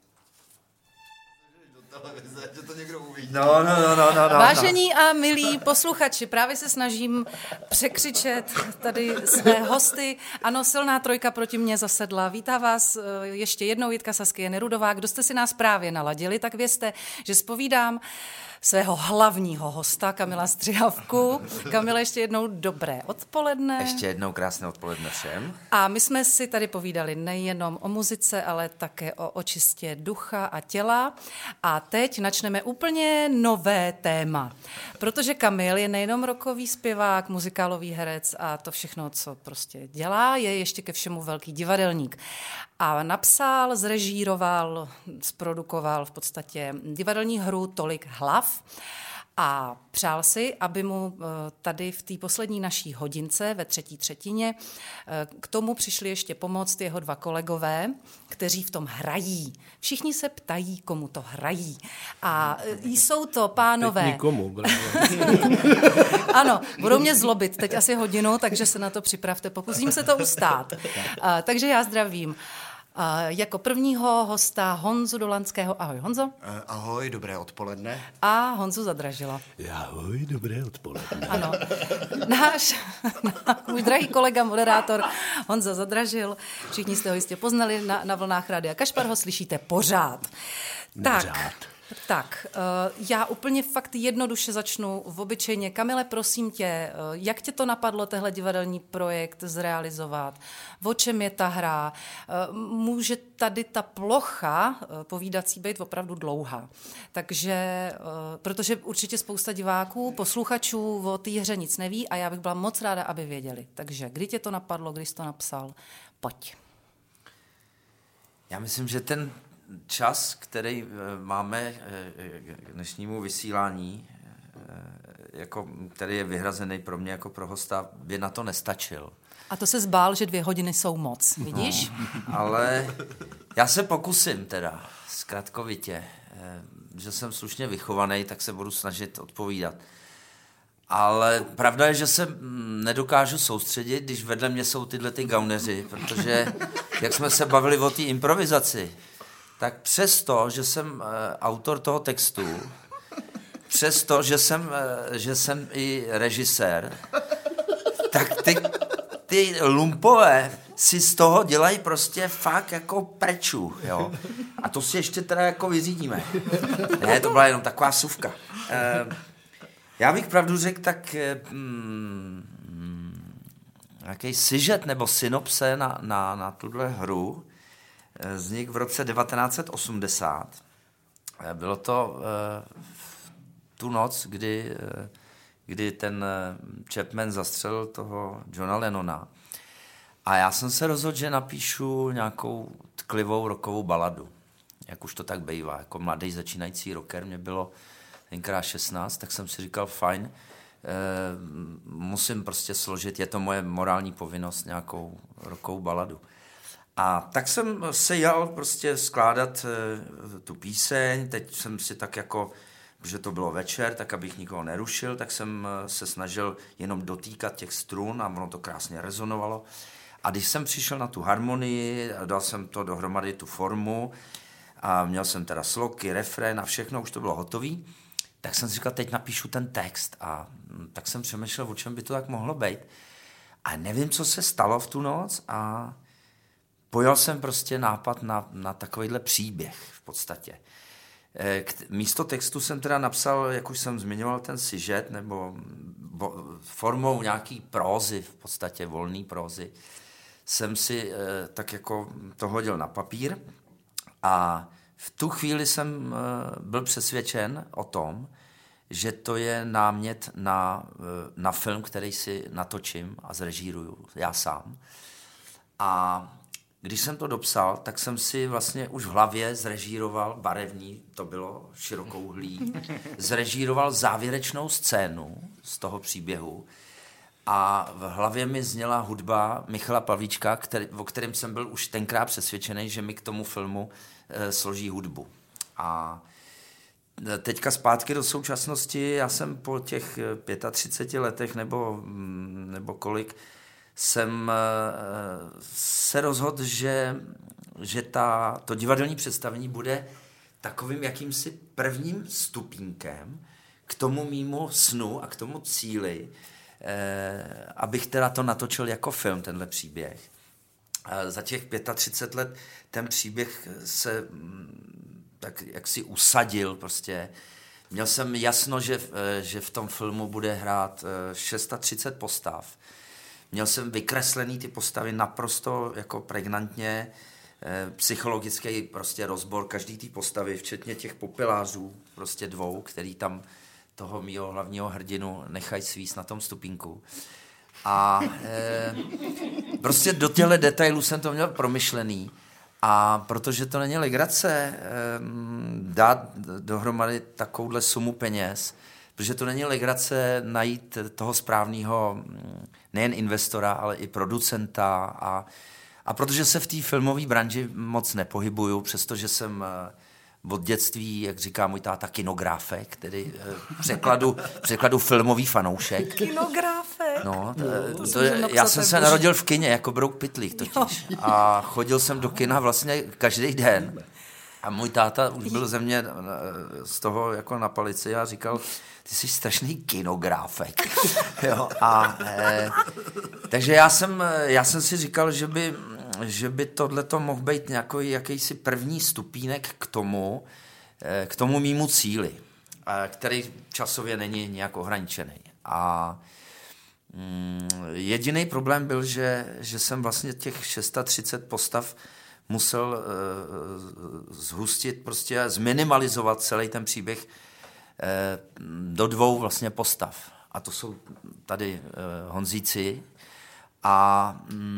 Že to někdo uvidí. No. Vážení a milí posluchači, právě se snažím překřičet tady své hosty. Ano, silná trojka proti mně zasedla. Vítá vás ještě jednou Jitka Saskie Nerudová. Kdo jste si nás právě naladili, tak vězte, že zpovídám svého hlavního hosta Kamila Střihavku. Kamile, ještě jednou dobré odpoledne. Ještě jednou krásné odpoledne všem. A my jsme si tady povídali nejenom o muzice, ale také o očistě ducha a těla. A teď načneme úplně nové téma. Protože Kamil je nejenom rockový zpěvák, muzikálový herec a to všechno, co prostě dělá, je ještě ke všemu velký divadelník. A napsal, zrežíroval, zprodukoval v podstatě divadelní hru Tolik hlav a přál si, aby mu tady v té poslední naší hodince ve 3/3 k tomu přišli ještě pomoct jeho 2 kolegové, kteří v tom hrají. Všichni se ptají, komu to hrají. A jsou to pánové... Teď nikomu. Ano, budou mě zlobit teď asi hodinu, takže se na to připravte. Pokusím se to ustát. Takže já zdravím jako prvního hosta Honzu Dolanského. Ahoj, Honzo. Ahoj, dobré odpoledne. A Honzu Zadražila. Ahoj, dobré odpoledne. Ano, náš můj drahý kolega, moderátor Honza Zadražil. Všichni jste ho jistě poznali na vlnách Rádia Kašpar, ho slyšíte pořád. Tak, já úplně fakt jednoduše začnu obyčejně. Kamile, prosím tě, jak tě to napadlo, tehle divadelní projekt zrealizovat? O čem je ta hra? Může tady ta plocha povídací být opravdu dlouhá. Takže, protože určitě spousta diváků, posluchačů o té hře nic neví a já bych byla moc ráda, aby věděli. Takže kdy tě to napadlo, kdy jsi to napsal? Pojď. Já myslím, že ten čas, který máme k dnešnímu vysílání, jako, který je vyhrazený pro mě jako pro hosta, by na to nestačil. A to se zbál, že 2 hodiny jsou moc, vidíš? No, ale já se pokusím teda, zkratkovitě, že jsem slušně vychovaný, tak se budu snažit odpovídat. Ale pravda je, že se nedokážu soustředit, když vedle mě jsou tyhle ty gauneři, protože jak jsme se bavili o té improvizaci, tak přesto, že jsem autor toho textu, přesto, že jsem i režisér, tak ty lumpové si z toho dělají prostě fakt jako preču, jo. A to si ještě teda jako vyřídíme. Ne, to byla jenom taková suvka. Já bych pravdu řekl, tak nějaký sižet nebo synopse na tuhle hru vznikl v roce 1980. Bylo to tu noc, kdy ten Chapman zastřelil toho Johna Lennona. A já jsem se rozhodl, že napíšu nějakou tklivou rockovou baladu. Jak už to tak bývá. Jako mladý začínající rocker, mě bylo tenkrát 16, tak jsem si říkal, fajn, musím prostě složit, je to moje morální povinnost, nějakou rockovou baladu. A tak jsem se jel prostě skládat tu píseň, teď jsem si tak jako že to bylo večer, tak abych nikoho nerušil, tak jsem se snažil jenom dotýkat těch strun a ono to krásně rezonovalo. A když jsem přišel na tu harmonii, dal jsem to dohromady tu formu a měl jsem teda sloky, refrén a všechno, už to bylo hotový, tak jsem si říkal, teď napíšu ten text a tak jsem přemýšlel, o čem by to tak mohlo být. A nevím, co se stalo v tu noc a pojal jsem prostě nápad na takovýhle příběh v podstatě. Místo textu jsem teda napsal, jak už jsem zmiňoval, ten sižet, nebo formou nějaký prózy, v podstatě volný prózy, jsem si tak jako to hodil na papír a v tu chvíli jsem byl přesvědčen o tom, že to je námět na film, který si natočím a zrežíruju já sám. A když jsem to dopsal, tak jsem si vlastně už v hlavě zrežíroval, barevný to bylo, širokouhlý, zrežíroval závěrečnou scénu z toho příběhu a v hlavě mi zněla hudba Michala Pavlíčka, o kterém jsem byl už tenkrát přesvědčený, že mi k tomu filmu složí hudbu. A teďka zpátky do současnosti, já jsem po těch 35 letech nebo kolik, jsem se rozhodl, že to divadelní představení bude takovým jakýmsi prvním stupínkem k tomu mýmu snu a k tomu cíli, abych teda to natočil jako film, tenhle příběh. Za těch 35 let ten příběh se tak jaksi usadil prostě. Měl jsem jasno, že v tom filmu bude hrát 630 postav. Měl jsem vykreslený ty postavy naprosto jako pregnantně, psychologický prostě rozbor každý té postavy, včetně těch popelářů, prostě 2, který tam toho mýho hlavního hrdinu nechají svíst na tom stupínku. A prostě do těchto detailů jsem to měl promyšlený. A protože to není legrace dát dohromady takovouhle sumu peněz, protože to není legrace najít toho správného nejen investora, ale i producenta a protože se v té filmové branži moc nepohybuju, přestože jsem od dětství, jak říká můj táta, kinográfek, tedy překladu filmový fanoušek. Kinográfek? No, já jsem se narodil v kině, jako Brouk Pytlík totiž. A chodil jsem do kina vlastně každý den. A můj táta už byl ze mě z toho jako na palici a říkal, ty jsi strašný kinográfek. Jo, takže já jsem si říkal, že by tohleto mohl být nějaký jakýsi první stupínek k tomu mýmu cíli, který časově není nějak ohraničený. A jediný problém byl, že jsem vlastně těch 630 postav musel zhustit, prostě zminimalizovat celý ten příběh do 2 vlastně postav. A to jsou tady Honzíci. A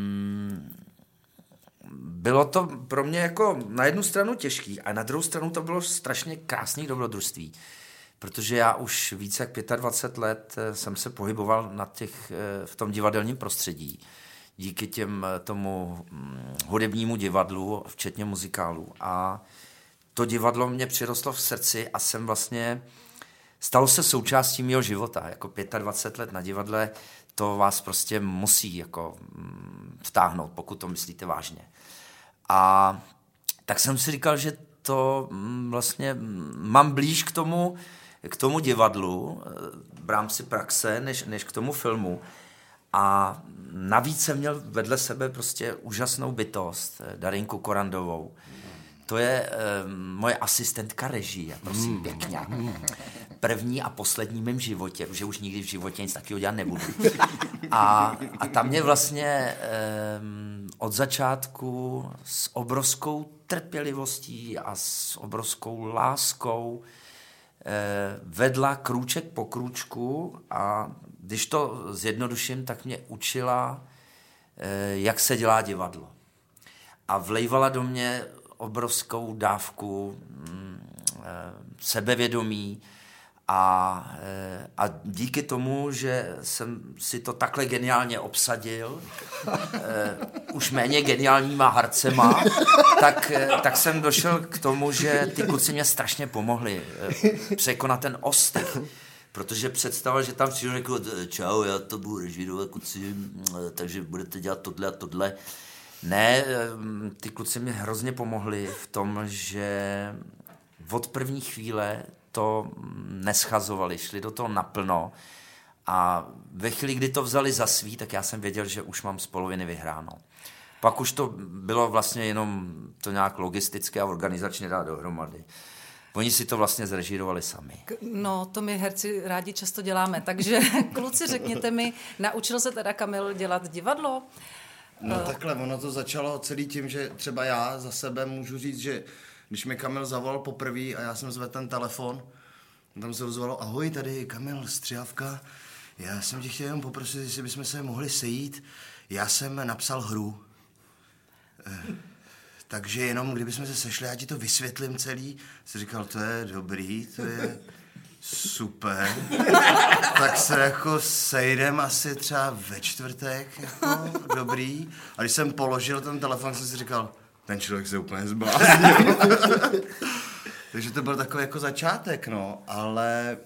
bylo to pro mě jako na jednu stranu těžký a na druhou stranu to bylo strašně krásný dobrodružství. Protože já už více jak 25 let jsem se pohyboval v tom divadelním prostředí. Díky tomu hudebnímu divadlu, včetně muzikálu. A to divadlo mě přirostlo v srdci a stalo se součástí mého života. Jako 25 let na divadle, to vás prostě musí jako vtáhnout, pokud to myslíte vážně. A tak jsem si říkal, že to vlastně mám blíž k tomu divadlu v rámci praxe, než k tomu filmu. A navíc jsem měl vedle sebe prostě úžasnou bytost, Darinku Korandovou. To je moje asistentka režie, prosím pěkně. První a poslední v mém životě, že už nikdy v životě nic takového dělat nebudu. A tam mě vlastně od začátku s obrovskou trpělivostí a s obrovskou láskou vedla krůček po krůčku a když to zjednoduším, tak mě učila, jak se dělá divadlo. A vlejvala do mě obrovskou dávku sebevědomí A díky tomu, že jsem si to takhle geniálně obsadil, už méně geniálníma harcema, tak jsem došel k tomu, že ty kluci mě strašně pomohli překonat ten ostych. Protože představa, že tam přijdu řekl, čau, já to budu režírovat, kluci, takže budete dělat tohle a tohle. Ne, ty kluci mě hrozně pomohli v tom, že od první chvíle to neschazovali, šli do toho naplno a ve chvíli, kdy to vzali za svý, tak já jsem věděl, že už mám z poloviny vyhráno. Pak už to bylo vlastně jenom to nějak logisticky a organizačně dát dohromady. Oni si to vlastně zrežírovali sami. No, to my herci rádi často děláme, takže kluci, řekněte mi, naučil se teda Kamil dělat divadlo? No takhle, ono to začalo celý tím, že třeba já za sebe můžu říct, že když mi Kamil zavolal poprvé a já jsem zvedl ten telefon, tam se ozvalo, ahoj, tady Kamil Střihavka, já jsem tě chtěl jenom poprosit, jestli bychom se mohli sejít, já jsem napsal hru. Takže jenom, kdybychom se sešli, já ti to vysvětlím celý. Jsi říkal, to je dobrý, to je super. Tak se jako sejdem asi třeba ve čtvrtek, jako dobrý. A když jsem položil ten telefon, jsem si říkal, ten člověk se úplně zbláznil. Takže to byl takový jako začátek, no, ale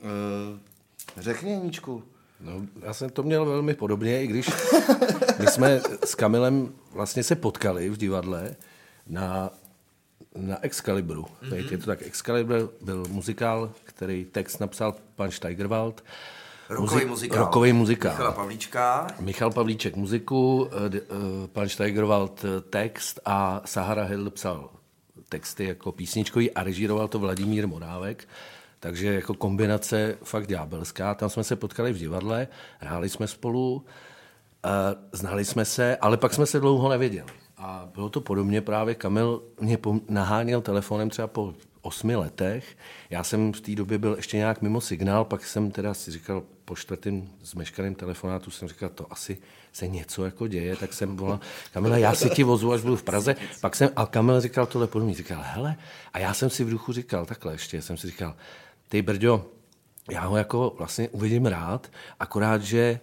řekni, Níčku. No, já jsem to měl velmi podobně, i když my jsme s Kamilem vlastně se potkali v divadle na Excalibru. Je to tak, Excalibur byl muzikál, který text napsal pan Steigerwald. Rockový muzikál. Michal Pavlíček muziku, pan Steigerwald text a Sahara Hedl psal texty jako písničkový a režíroval to Vladimír Morávek. Takže jako kombinace fakt ďábelská. Tam jsme se potkali v divadle, hráli jsme spolu, znali jsme se, ale pak jsme se dlouho nevěděli. A bylo to podobně právě, Kamil mě naháněl telefonem třeba po 8 letech. Já jsem v té době byl ještě nějak mimo signál, pak jsem teda si říkal, po 4. zmeškaném telefonátu jsem říkal, to asi se něco jako děje, tak jsem volal, Kamile, já si ti vozu, až budu v Praze. A Kamil říkal tohle podobně, říkal, hele, a já jsem si v duchu říkal, takhle ještě, jsem si říkal, ty Brďo, já ho jako vlastně uvidím rád, akorát, že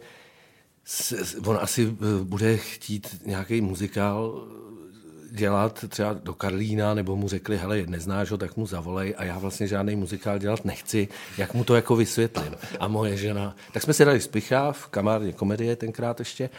on asi bude chtít nějaký muzikál dělat třeba do Karlína, nebo mu řekli, hele, neznáš ho, tak mu zavolej a já vlastně žádný muzikál dělat nechci, jak mu to jako vysvětlím. A moje žena, tak jsme si dali Spicha v Kamárně komedie tenkrát ještě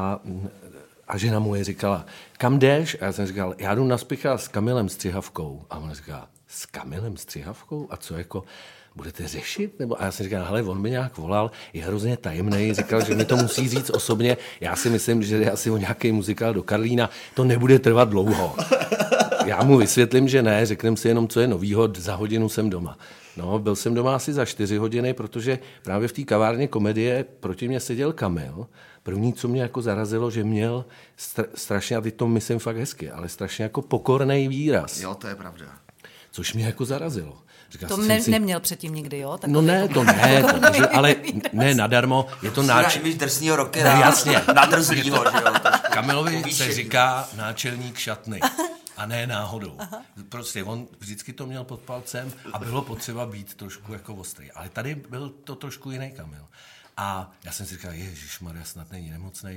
a žena moje říkala, kam jdeš? A já jsem říkal, já jdu na Spicha s Kamilem Střihavkou. A ona říká, s Kamilem Střihavkou? A co jako budete řešit? A já jsem říkal, hele, on mi nějak volal, je hrozně tajemnej, říkal, že mi to musí říct osobně. Já si myslím, že je asi o nějaký muzikál do Karlína, to nebude trvat dlouho. Já mu vysvětlím, že ne, řekneme si jenom, co je novýho, za hodinu jsem doma. No, byl jsem doma asi za 4 hodiny, protože právě v té kavárně komedie proti mě seděl Kamil. První, co mě jako zarazilo, že měl strašně, a teď to myslím fakt hezky, ale strašně jako pokorný výraz. Jo, to je pravda. Což mě jako zarazilo. Říkal, to neměl předtím nikdy, jo? No ne, to ne, ale ne nadarmo, je to Víš drsnýho rockera. Jasně. Nadrzlýho, že jo? Kamilovi se říká náčelník šatny. A ne náhodou. Prostě on vždycky to měl pod palcem a bylo potřeba být trošku jako ostrý. Ale tady byl to trošku jiný Kamil. A já jsem si říkal, ježišmarja, snad není nemocnej.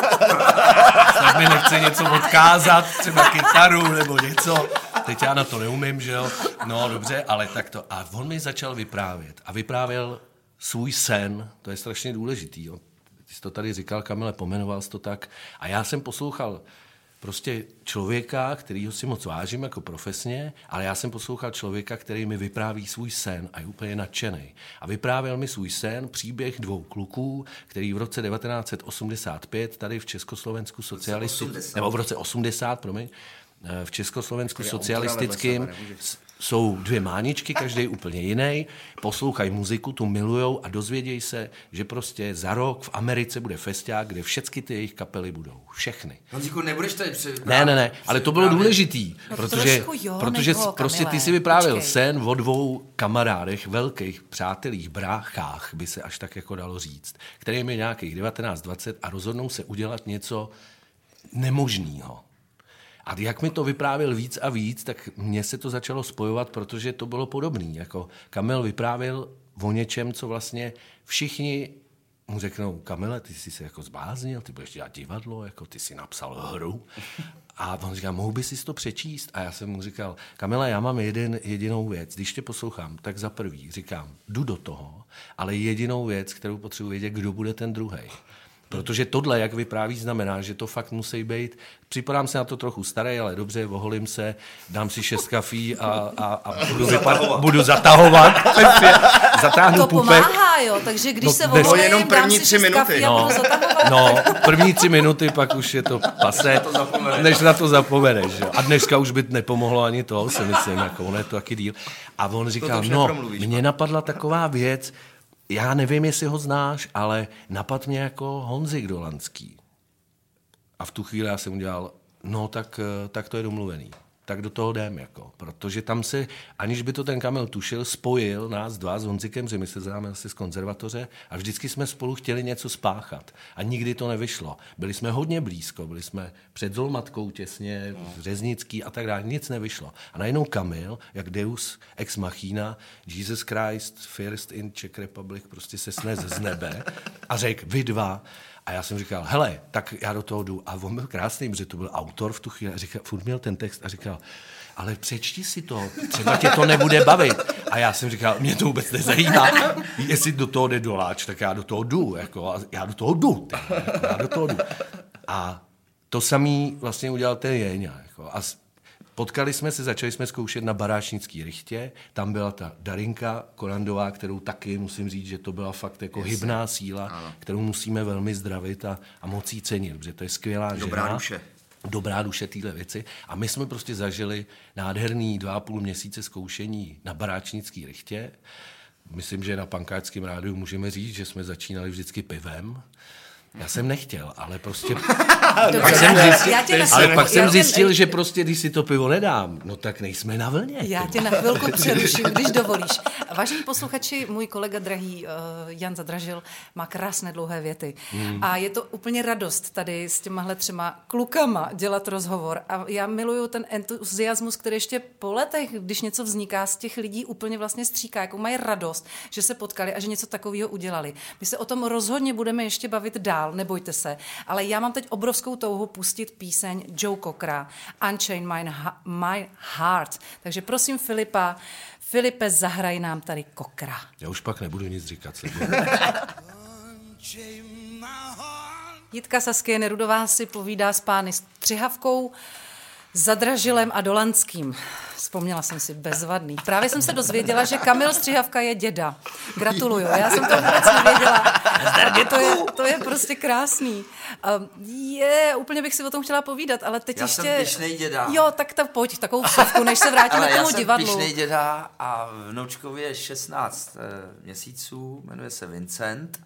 Snad mi nechce něco odkázat, třeba kytaru nebo něco. Teď já na to neumím, že jo? No dobře, ale tak to. A on mi začal vyprávět. A vyprávěl svůj sen, to je strašně důležitý. Ty jsi to tady říkal, Kamile, pomenoval jsi to tak. A já jsem poslouchal prostě člověka, kterýho si moc vážím jako profesně, ale já jsem poslouchal člověka, který mi vypráví svůj sen a je úplně nadšenej. A vyprávěl mi svůj sen, příběh 2 kluků, který v roce 1985 tady v Československu nebo v roce 80, v Československu socialistickým jsou 2 máničky, každý úplně jiný, poslouchají muziku, tu milujou a dozvědějí se, že prostě za rok v Americe bude festiák, kde všechny ty jejich kapely budou. Všechny. Honzíku, nebudeš tady Ne, ale to bylo důležitý, protože prostě ty si vyprávěl sen o 2 kamarádech, velkých přátelích, bráchách, by se až tak jako dalo říct, kterým je nějakých 19-20 a rozhodnou se udělat něco nemožného. A jak mi to vyprávěl víc a víc, tak mně se to začalo spojovat, protože to bylo podobný. Jako Kamil vyprávěl o něčem, co vlastně všichni mu řeknou, Kamile, ty jsi se jako zbláznil, ty budeš dělat divadlo, jako ty jsi napsal hru. A on říká, mohl bys si to přečíst? A já jsem mu říkal, Kamile, já mám jedinou věc, když tě poslouchám, tak za prvý říkám, jdu do toho, ale jedinou věc, kterou potřebuji vědět, kdo bude ten druhej. Protože tohle, jak vypráví, znamená, že to fakt musí být. Připadám se na to trochu starý, ale dobře, oholím se, dám si 6 kafí a budu zatahovat. Zatáhnu to pupek. Pomáhá, jo, takže když se dnes... oholím, jenom první dám si 3 minuty. První 3 minuty, pak už je to pase, než na to zapomeneš. Jo. A dneska už by nepomohlo ani to, si myslím, jako on je to taky díl. A on říkal, mně napadla taková věc, já nevím, jestli ho znáš, ale napad mě jako Honzik Dolanský. A v tu chvíli já jsem udělal, tak to je domluvený. Tak do toho jdem, jako. Protože tam se, aniž by to ten Kamil tušil, spojil nás dva s Honzikem, že my se známe asi z konzervatoře a vždycky jsme spolu chtěli něco spáchat. A nikdy to nevyšlo. Byli jsme hodně blízko, byli jsme před Zolmatkou těsně, Řeznický a tak dále, nic nevyšlo. A najednou Kamil, jak Deus ex machina, Jesus Christ, first in Czech Republic, prostě se snes z nebe a řekl, vy dva. A já jsem říkal, hele, tak já do toho jdu. A on byl krásný, protože to byl autor v tu chvíli. A říkal, furt měl ten text a říkal, ale přečti si to, třeba tě to nebude bavit. A já jsem říkal, mě to vůbec nezajímá. Jestli do toho jde Doláč, tak já do toho jdu. Jako, a já do toho jdu. A to samý vlastně udělal ten Jéňa. Jako, a potkali jsme se, začali jsme zkoušet na Baráčnický rychtě, tam byla ta Darinka Korandová, kterou taky musím říct, že to byla fakt jako hybná síla, kterou musíme velmi zdravit a moc jí cenit, protože to je skvělá žena. Dobrá duše téhle věci. A my jsme prostě zažili nádherný 2,5 měsíce zkoušení na Baráčnický rychtě. Myslím, že na Pankáčském rádiu můžeme říct, že jsme začínali vždycky pivem. Já jsem nechtěl, ale prostě pak jsem zjistil, že prostě, když si to pivo nedám, no tak nejsme na vlně. Já tě na chvilku přeruším, když dovolíš. Vážení posluchači, můj kolega drahý Jan Zadražil má krásné dlouhé věty. A je to úplně radost tady s těmahle 3 klukama dělat rozhovor. A já miluju ten entuziasmus, který ještě po letech, když něco vzniká, z těch lidí úplně vlastně stříká, jako mají radost, že se potkali a že něco takového udělali. My se o tom rozhodně budeme ještě bavit dál. Nebojte se, ale já mám teď obrovskou touhu pustit píseň Joe Cockera Unchain My Heart. Takže prosím Filipe, zahraj nám tady Cockera. Já už pak nebudu nic říkat. Jitka Saskie Nerudová si povídá s pány Střihavkou, Zadražilem a Dolanským. Vzpomněla jsem si, bezvadný. Právě jsem se dozvěděla, že Kamil Střihavka je děda. Gratuluju, já jsem to vůbec nevěděla. To je prostě krásný. Úplně bych si o tom chtěla povídat, ale teď já ještě... Já jsem pyšnej děda. Jo, tak pojď, takovou vsuvku, než se vrátíme k tomu divadlu. Já jsem pyšnej děda a vnoučkovi je 16 měsíců, jmenuje se Vincent.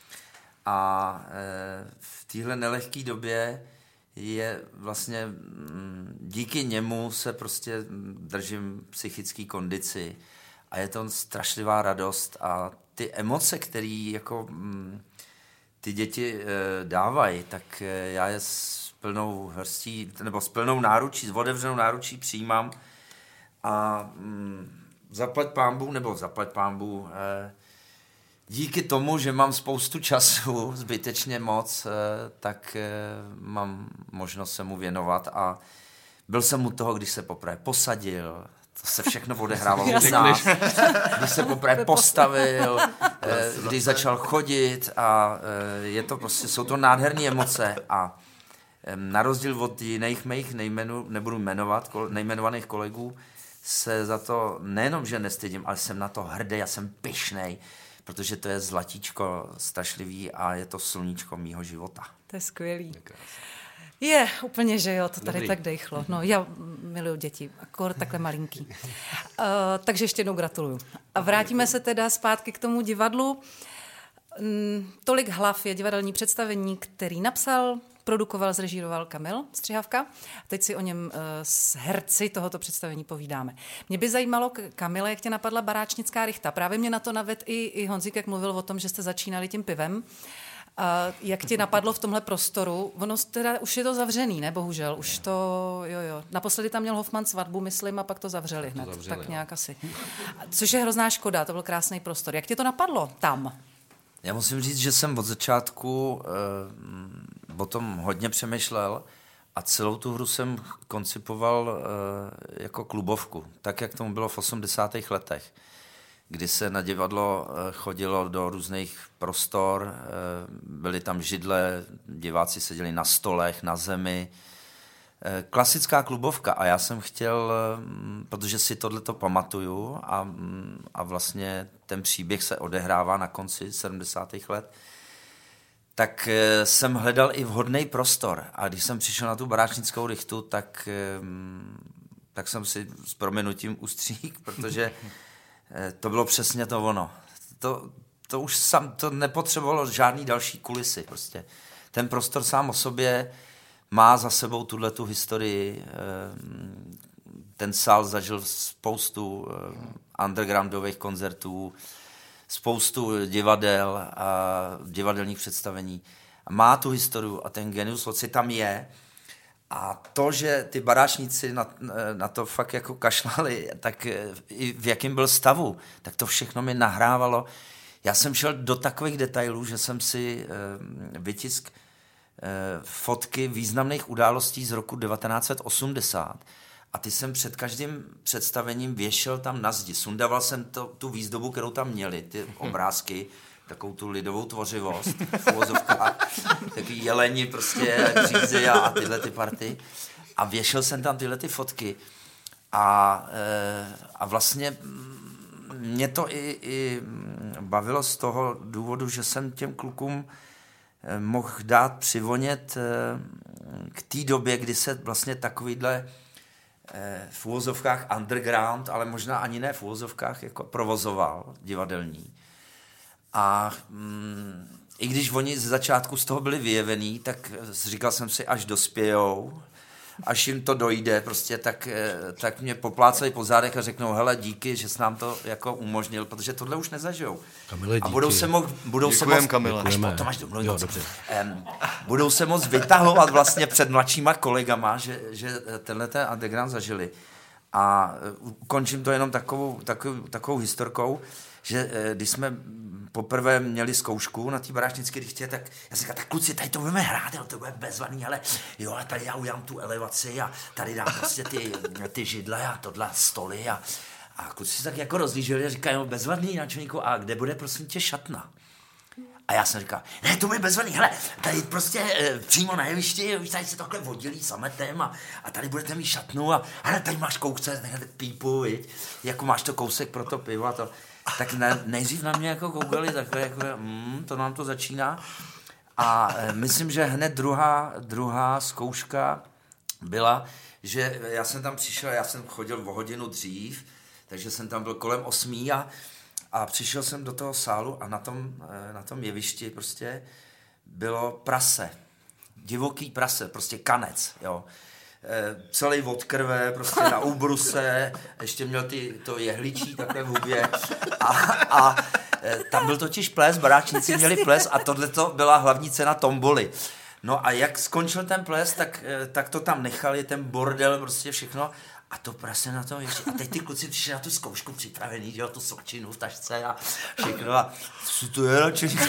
A v téhle nelehké době je vlastně díky němu se prostě držím psychické kondici a je to strašlivá radost a ty emoce, které jako ty děti dávají, tak já je s plnou hrstí, nebo s plnou náručí, s otevřenou náručí přijímám a zaplať pánbůh, díky tomu, že mám spoustu času, zbytečně moc, tak mám možnost se mu věnovat a byl jsem u toho, když se poprvé posadil, to se všechno odehrávalo u nás, když se poprvé postavil, když začal chodit a je to prostě, jsou to nádherné emoce a na rozdíl od jiných mých nebudu jmenovat, nejmenovaných kolegů, se za to nejenom, že nestydím, ale jsem na to hrdý, já jsem pyšnej, protože to je zlatíčko strašlivý a je to sluníčko mýho života. To je skvělý. Je, úplně, že jo, to tady Dobrý. Tak dejchlo. No, já miluju děti, akor takhle malinký. Takže ještě jednou gratuluju. A vrátíme se teda zpátky k tomu divadlu. Tolik hlav je divadelní představení, který napsal, produkoval, zrežíroval Kamil Střihavka. Teď si o něm s herci tohoto představení povídáme. Mě by zajímalo, Kamile, jak tě napadla Baráčnická rychta. Právě mě na to navedl i Honzik, jak mluvil o tom, že jste začínali tím pivem. A jak ti napadlo v tomhle prostoru? Ono teda už je to zavřený, ne? Bohužel. Už to, jo. Naposledy tam měl Hoffman svatbu, myslím, a pak to zavřeli hned. Tak nějak asi. Což je hrozná škoda, to byl krásný prostor. Jak ti to napadlo tam? Já musím říct, že jsem od začátku o tom hodně přemýšlel a celou tu hru jsem koncipoval jako klubovku, tak, jak tomu bylo v 80. letech, kdy se na divadlo chodilo do různých prostor, byly tam židle, diváci seděli na stolech, na zemi. Klasická klubovka a já jsem chtěl, protože si tohleto pamatuju a vlastně ten příběh se odehrává na konci 70. let, tak jsem hledal i vhodný prostor a když jsem přišel na tu baráčnickou rychtu, tak jsem si s prominutím ustřík, protože to bylo přesně to ono. To už to nepotřebovalo žádný další kulisy prostě. Ten prostor sám o sobě má za sebou tuhletu historii. Ten sál zažil spoustu undergroundových koncertů, spoustu divadel a divadelních představení. Má tu historii a ten genius loci tam je. A to, že ty baráčníci na to fakt jako kašlali, tak i v jakém byl stavu, tak to všechno mi nahrávalo. Já jsem šel do takových detailů, že jsem si vytisk fotky významných událostí z roku 1980 a ty jsem před každým představením věšel tam na zdi. Sundával jsem tu výzdobu, kterou tam měli, ty obrázky, takovou tu lidovou tvořivost v uvozovkách, takový jeleni prostě, řízy a tyhle ty party. A věšel jsem tam tyhle ty fotky a vlastně mě to i bavilo z toho důvodu, že jsem těm klukům mohl dát přivonět k té době, kdy se vlastně takovýhle v uvozovkách underground, ale možná ani ne v uvozovkách, jako provozoval divadelní. A i když oni ze začátku z toho byli vyjevený, tak říkal jsem si, až dospějou, až jim to dojde, prostě, tak mě poplácají po zádech a řeknou, hele, díky, že jsi nám to jako umožnil, protože tohle už nezažijou. Kamile, díky. A budou se moct, Kamile. budou se moct vytahovat vlastně před mladšíma kolegama, že tenhle ten underground zažili. A ukončím to jenom takovou historkou, že když jsme poprvé měli zkoušku na té baráčnické rychtě, tak já jsem říkal, tak kluci, tady to budeme hrát, jo, to bude bezvadný, ale jo, a tady já udělám tu elevaci a tady dám prostě ty židle a tohle stoly a kluci se tak jako rozlíželi a říkají, jo, bezvadný náčelníku, a kde bude prosím tě šatna? A já jsem říkal, ne, to bude bezvadný, hele, tady prostě přímo na jevišti, už tady se takhle oddělí sametem a tady budete mít šatnu a hele, tady máš kousek, pípu, viď? Jako máš to kousek pro to pivo a to. Tak nejdřív na mě jako koukali takhle, jako, to nám to začíná. A myslím, že hned druhá zkouška byla, že já jsem tam přišel, já jsem chodil o hodinu dřív, takže jsem tam byl kolem 8 a přišel jsem do toho sálu a na tom jevišti prostě bylo prase. Divoký prase, prostě kanec, jo. Celý od krve, prostě na úbruse, ještě měl to jehličí takhle v hubě a tam byl totiž ples, baráčníci měli ples a tohleto byla hlavní cena tomboly. No a jak skončil ten ples, tak to tam nechali, ten bordel, prostě všechno. A to prase na tom ještě. A teď ty kluci přišli na tu zkoušku připravený, dělal tu svačinu v tašce a všechno. A co to je,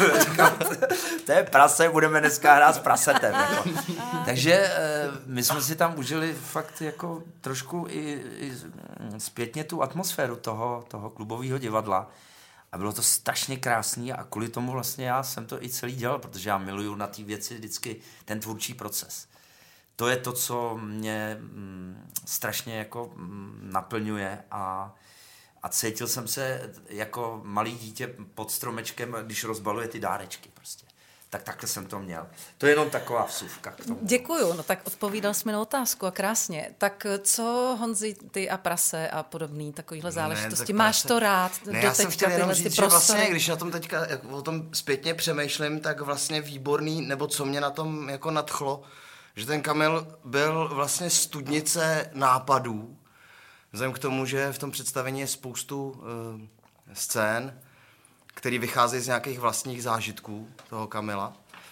to je prase, budeme dneska hrát s prasetem. Jako. Takže my jsme si tam užili fakt jako trošku i zpětně tu atmosféru toho klubového divadla. A bylo to strašně krásný a kvůli tomu vlastně já jsem to i celý dělal, protože já miluju na té věci vždycky ten tvůrčí proces. To je to, co mě strašně jako naplňuje a cítil jsem se jako malý dítě pod stromečkem, když rozbaluje ty dárečky prostě. Tak takhle jsem to měl. To je jenom taková vsuvka k tomu. Děkuju, no tak odpovídal jsi mi na otázku a krásně. Tak co, Honzi, ty a prase a podobný takovýhle záležitosti? Máš to rád? Ne, já jsem chtěl jenom říct, že vlastně, když na tom teďka o tom zpětně přemýšlím, tak vlastně výborný, nebo co mě na tom jako nadchlo, že ten Kamil byl vlastně studnice nápadů, vzhledem k tomu, že v tom představení je spoustu scén, který vycházejí z nějakých vlastních zážitků toho Kamila.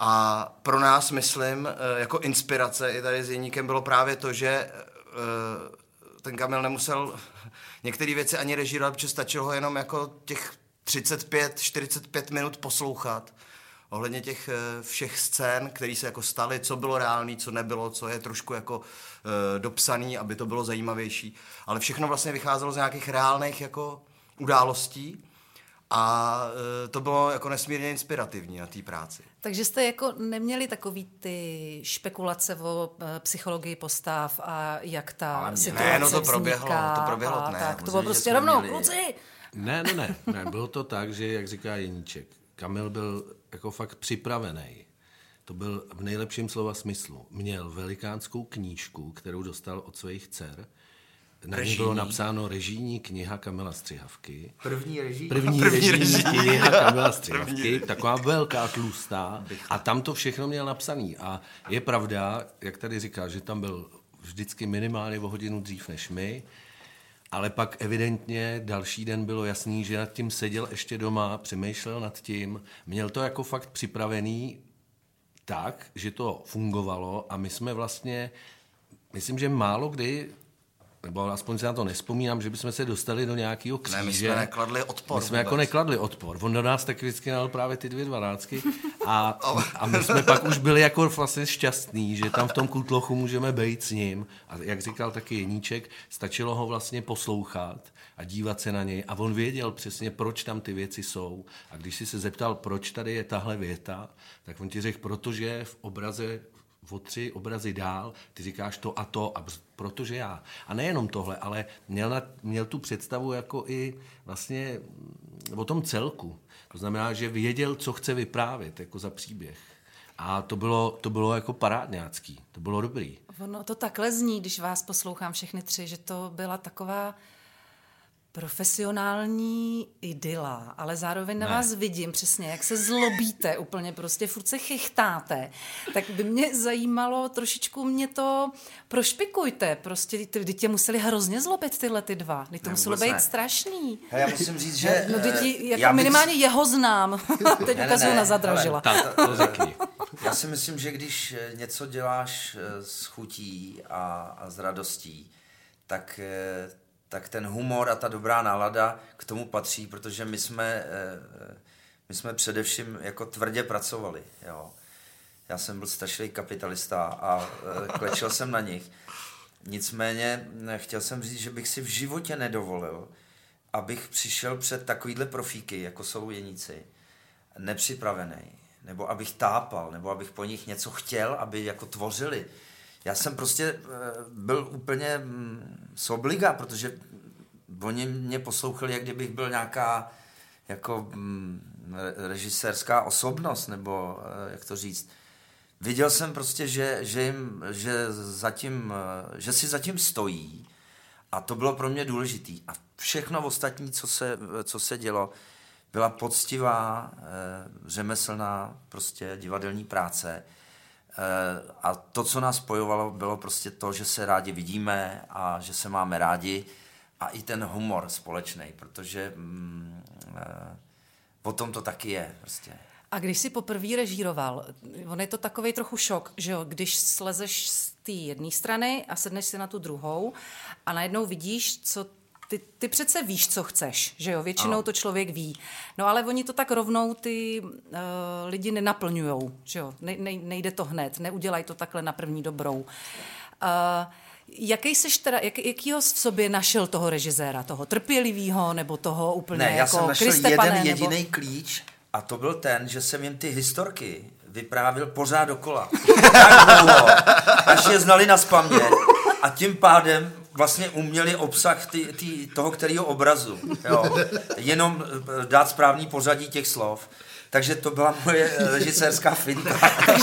A pro nás, myslím, jako inspirace i tady s Jeníkem bylo právě to, že ten Kamil nemusel některé věci ani režírovat, protože stačilo ho jenom jako těch 35-45 minut poslouchat ohledně těch všech scén, které se jako staly, co bylo reálný, co nebylo, co je trošku jako dopsaný, aby to bylo zajímavější. Ale všechno vlastně vycházelo z nějakých reálných jako událostí a to bylo jako nesmírně inspirativní na té práci. Takže jste jako neměli takový ty špekulace o psychologii postav a jak ta situace ne, no to vzniká proběhlo, a ne. tak. To bylo prostě rovnou, kluci! Ne, bylo to tak, že, jak říká Jeníček, Kamil byl jako fakt připravený. To byl v nejlepším slova smyslu. Měl velikánskou knížku, kterou dostal od svých dcer. Na ní bylo napsáno režijní kniha Kamila Střihavky. První režijní kniha Kamila Střihavky, taková velká, tlustá. A tam to všechno měl napsaný. A je pravda, jak tady říká, že tam byl vždycky minimálně o hodinu dřív než my, ale pak evidentně další den bylo jasný, že nad tím seděl ještě doma, přemýšlel nad tím, měl to jako fakt připravený tak, že to fungovalo a my jsme vlastně, myslím, že málo kdy, nebo aspoň se na to nespomínám, že bychom se dostali do nějakého kříže. Ne, my jsme nekladli odpor. My jsme jako nekladli odpor. On do nás taky vždycky dal právě ty 2 dvanáctky a my jsme pak už byli jako vlastně šťastní, že tam v tom kutlochu můžeme bejt s ním. A jak říkal taky Jeníček, stačilo ho vlastně poslouchat a dívat se na něj a on věděl přesně, proč tam ty věci jsou. A když si se zeptal, proč tady je tahle věta, tak on ti řekl, protože v obraze o 3 obrazy dál, ty říkáš to a protože já. A nejenom tohle, ale měl tu představu jako i vlastně o tom celku. To znamená, že věděl, co chce vyprávět jako za příběh. A to bylo jako parádňácký. To bylo dobrý. Ono to takhle zní, když vás poslouchám všechny 3, že to byla taková profesionální idyla, ale zároveň na vás vidím přesně, jak se zlobíte úplně, prostě furt se chechtáte. Tak by mě zajímalo, trošičku mě to prošpikujte, prostě ty tě museli hrozně zlobit tyhle ty 2. To muselo být strašný. Já musím říct, že... No jako minimálně jeho znám. Teď ukazuju na Zadražila. To řekni. Já si myslím, že když něco děláš s chutí a s radostí, tak ten humor a ta dobrá nálada k tomu patří, protože my jsme především jako tvrdě pracovali. Jo. Já jsem byl strašný kapitalista a klečel jsem na nich. Nicméně chtěl jsem říct, že bych si v životě nedovolil, abych přišel před takovýhle profíky, jako jsou Jeníci, nepřipravený, nebo abych tápal, nebo abych po nich něco chtěl, aby jako tvořili. Já jsem prostě byl úplně z obliga, protože oni mě poslouchali, jak kdybych byl nějaká jako režisérská osobnost, nebo jak to říct. Viděl jsem prostě, že si zatím stojí a to bylo pro mě důležitý. A všechno ostatní, co se dělo, byla poctivá, řemeslná prostě divadelní práce. A to, co nás spojovalo, bylo prostě to, že se rádi vidíme a že se máme rádi a i ten humor společný, protože potom to taky je prostě. A když jsi poprvé režíroval, on je to takovej trochu šok, že jo, když slezeš z té jedné strany a sedneš si na tu druhou a najednou vidíš, co ty přece víš, co chceš, že jo, většinou to člověk ví. No ale oni to tak rovnou ty lidi nenaplňujou, že jo, nejde to hned, neudělají to takhle na první dobrou. Jaký seš teda, jakýho v sobě našel toho režiséra, toho trpělivýho, nebo toho úplně ne, jako já jsem našel Kristepane, jeden jediný klíč a to byl ten, že jsem jim ty historky vyprávěl pořád dokola. Tak dlouho, až je znali nazpaměť a tím pádem vlastně uměli obsah toho kterého obrazu. Jo. Jenom dát správný pořadí těch slov. Takže to byla moje režisérská finta.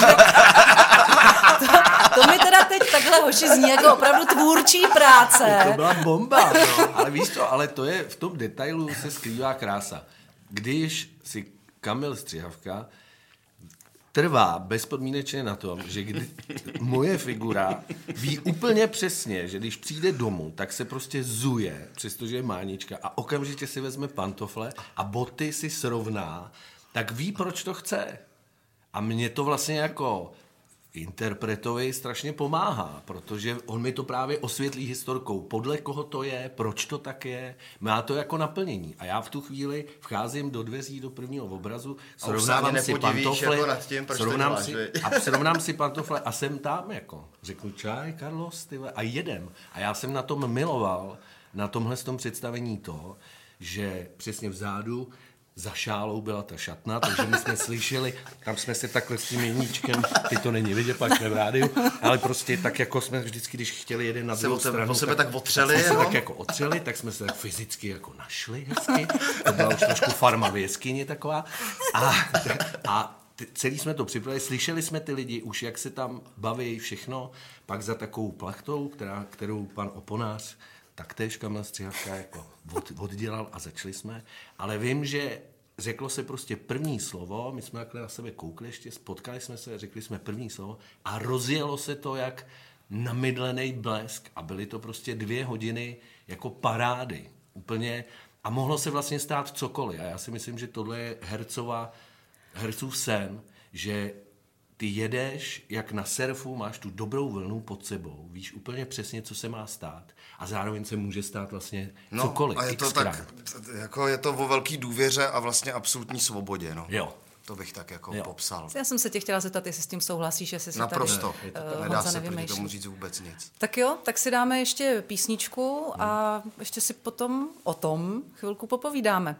To mi teda teď takhle, hoši, zní jako opravdu tvůrčí práce. To byla bomba, no. Ale víš co, ale to je, v tom detailu se skrývá krása. Když si Kamil Střihavka trvá bezpodmínečně na tom, že moje figura ví úplně přesně, že když přijde domů, tak se prostě zuje, přestože je mánička a okamžitě si vezme pantofle a boty si srovná, tak ví, proč to chce. A mě to vlastně jako interpretovi strašně pomáhá, protože on mi to právě osvětlí historkou, podle koho to je, proč to tak je, má to jako naplnění. A já v tu chvíli vcházím do dveří do prvního obrazu, srovnávám si pantofle, jako nad tím, srovnám si pantofle a jsem tam jako. Řeknu čaj, Carlos, tyhle, a jedem. A já jsem na tom miloval, na tomhle tom představení to, že přesně vzadu za šálou byla ta šatna, takže my jsme slyšeli, tam jsme se takhle s tím jedničkem, ty to není vidět, pak jsme v rádiu, ale prostě tak jako jsme vždycky, když chtěli jeden na druhou stranu, tak otřeli, tak jsme se tak jako otřeli, tak jsme se tak fyzicky jako našli hezky, to byla už trošku farma v jeskyni taková a celý jsme to připravili, slyšeli jsme ty lidi už, jak se tam baví všechno, pak za takovou plachtou, kterou pan oponář taktéž Kamil Střihavka jako oddělal a začali jsme. Ale vím, že řeklo se prostě první slovo, my jsme takhle na sebe koukli ještě, spotkali jsme se, řekli jsme první slovo a rozjelo se to jak namydlený blesk a byly to prostě 2 hodiny jako parády. Úplně a mohlo se vlastně stát cokoliv. A já si myslím, že tohle je hercův sen, že ty jedeš, jak na surfu, máš tu dobrou vlnu pod sebou, víš úplně přesně, co se má stát a zároveň se může stát vlastně cokoliv. A je to tak, jako je to o velký důvěře a vlastně absolutní svobodě, no. Jo. To bych tak jako popsal. Já jsem se tě chtěla zeptat, jestli s tím souhlasíš, jestli si naprosto. Tady nedá Honza se proti nevymýšlí. tomu říct vůbec nic. Tak jo, tak si dáme ještě písničku a ještě si potom o tom chvilku popovídáme.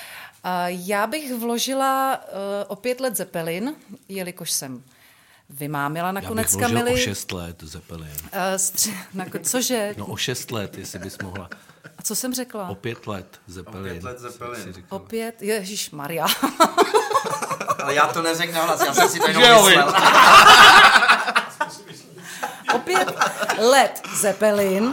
Já bych vložila opět Led Zeppelin, jelikož jsem vymámila nakonec Kamily. Já bych vložil o 6 let Zeppelin. Cože? No o 6 let, jestli bys mohla. A co jsem řekla? O 5 let Zeppelin. O 5 let Zeppelin. Opět? Ježišmarja. Ale já to neřeknu nahlas, já jsem si to jenom myslel. Opět Led Zeppelin.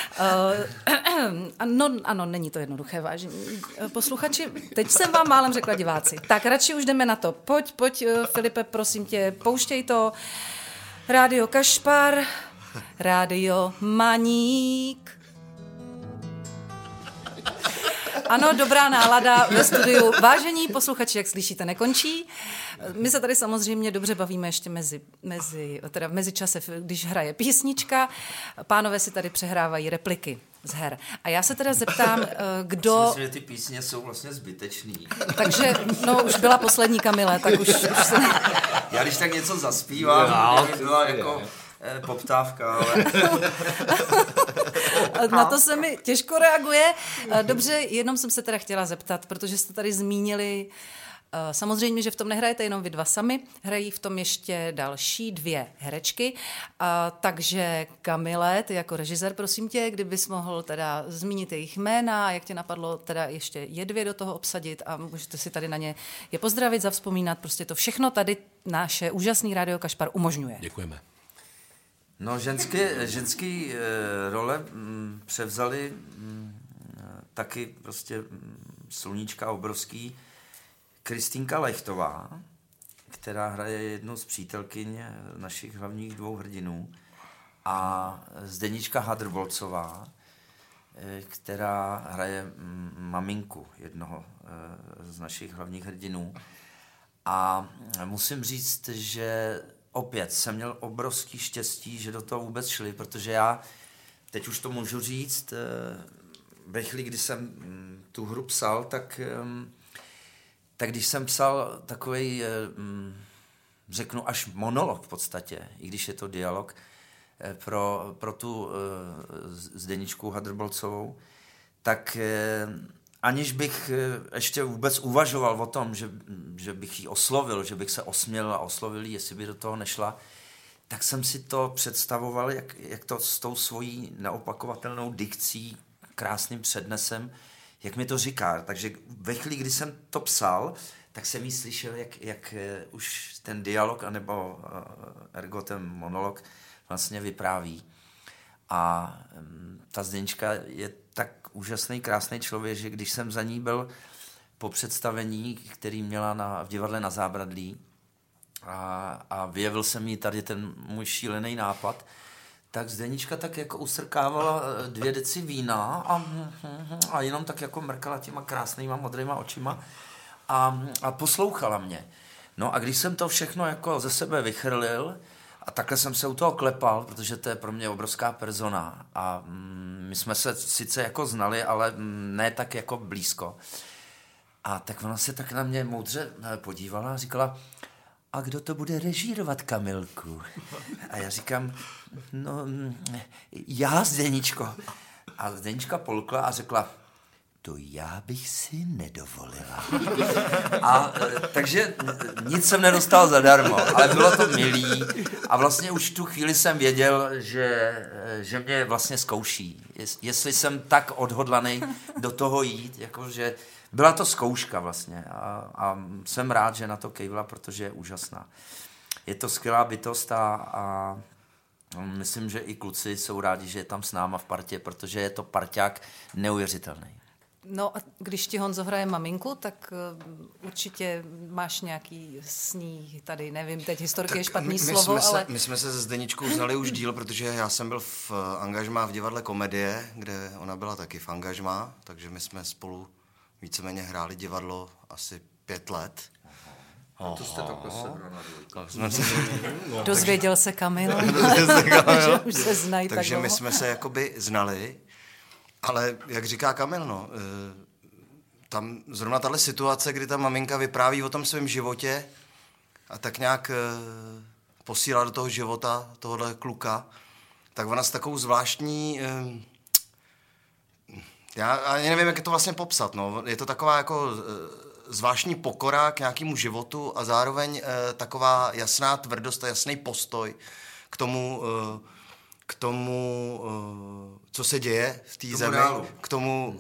Ano, není to jednoduché, vážení posluchači. Teď jsem vám málem řekla diváci. Tak radši už jdeme na to. Pojď, Filipe, prosím tě, pouštěj to. Rádio Kašpar, Rádio Maník. Ano, dobrá nálada ve studiu. Vážení posluchači, jak slyšíte, nekončí. My se tady samozřejmě dobře bavíme ještě mezi čase, když hraje písnička. Pánové si tady přehrávají repliky z her. A já se teda zeptám, kdo... Myslím, že ty písně jsou vlastně zbytečný. Takže, už byla poslední, Kamile, tak už se... Já když tak něco zaspívám, byla jako poptávka, ale... Na to se mi těžko reaguje. Dobře, jenom jsem se teda chtěla zeptat, protože jste tady zmínili, samozřejmě, že v tom nehrajete jenom vy dva sami, hrají v tom ještě další 2 herečky, takže Kamile, ty jako režisér, prosím tě, kdybys mohl teda zmínit jejich jména, jak tě napadlo teda ještě je 2 do toho obsadit a můžete si tady na ně je pozdravit, zavzpomínat, prostě to všechno tady naše úžasný Rádio Kašpar umožňuje. Děkujeme. No, ženský role převzali taky prostě sluníčka obrovský Kristýnka Lechtová, která hraje jednu z přítelkyň našich hlavních 2 hrdinů, a Zdenička Hadrbolcová, která hraje maminku jednoho z našich hlavních hrdinů. A musím říct, že opět jsem měl obrovský štěstí, že do toho vůbec šli, protože já, teď už to můžu říct, ve chvíli, kdy jsem tu hru psal, tak když jsem psal takovej, řeknu až monolog v podstatě, i když je to dialog, pro tu Zdeničku Hadrbolcovou, tak aniž bych ještě vůbec uvažoval o tom, že bych ji oslovil, že bych se osměl a oslovil jí, jestli by do toho nešla, tak jsem si to představoval, jak to s tou svojí neopakovatelnou dikcí, krásným přednesem, jak mi to říká. Takže ve chvíli, kdy jsem to psal, tak jsem jí slyšel, jak už ten dialog, anebo ergo ten monolog vlastně vypráví. A ta Zdeňčka je tak úžasný, krásný člověk, že když jsem za ní byl po představení, který měla v divadle Na Zábradlí a vyjevil jsem jí tady ten můj šílený nápad, tak Zdenička tak jako usrkávala 2 deci vína a jenom tak jako mrkala těma krásnýma modrýma očima a poslouchala mě. No a když jsem to všechno jako ze sebe vychrlil a takhle jsem se u toho klepal, protože to je pro mě obrovská persona a my jsme se sice jako znali, ale ne tak jako blízko. A tak ona se tak na mě moudře podívala a říkala, a kdo to bude režírovat, Kamilku? A já říkám, no, já, Zdeníčko. A Zdeníčka polkla a řekla, to já bych si nedovolila. A takže nic jsem nedostal zadarmo, ale bylo to milý. A vlastně už tu chvíli jsem věděl, že mě vlastně zkouší. Jestli jsem tak odhodlaný do toho jít, jakože byla to zkouška vlastně. A jsem rád, že na to kejvla, protože je úžasná. Je to skvělá bytost a myslím, že i kluci jsou rádi, že je tam s náma v partě, protože je to parťák neuvěřitelný. No a když ti Honzo hraje maminku, tak určitě máš nějaký s ní tady, nevím, teď historky je špatný slovo, ale... My jsme se se Zdeničkou znali už díl, protože já jsem byl v angažmá v divadle Komedie, kde ona byla taky v angažmá, takže my jsme spolu víceméně hráli divadlo asi 5 let. To jste takhle sebral na dvojku. Dozvěděl se Kamil, že už se znají tak takže dlouho. my jsme se jakoby znali, ale jak říká Kamil, no, tam zrovna tahle situace, kdy ta maminka vypráví o tom svém životě a tak nějak posílá do toho života tohohle kluka, tak ona s takovou zvláštní... Já ani nevím, jak je to vlastně popsat, no. Je to taková jako zvláštní pokora k nějakému životu a zároveň taková jasná tvrdost a jasný postoj k tomu, co se děje v té zemi, reálu. K tomu,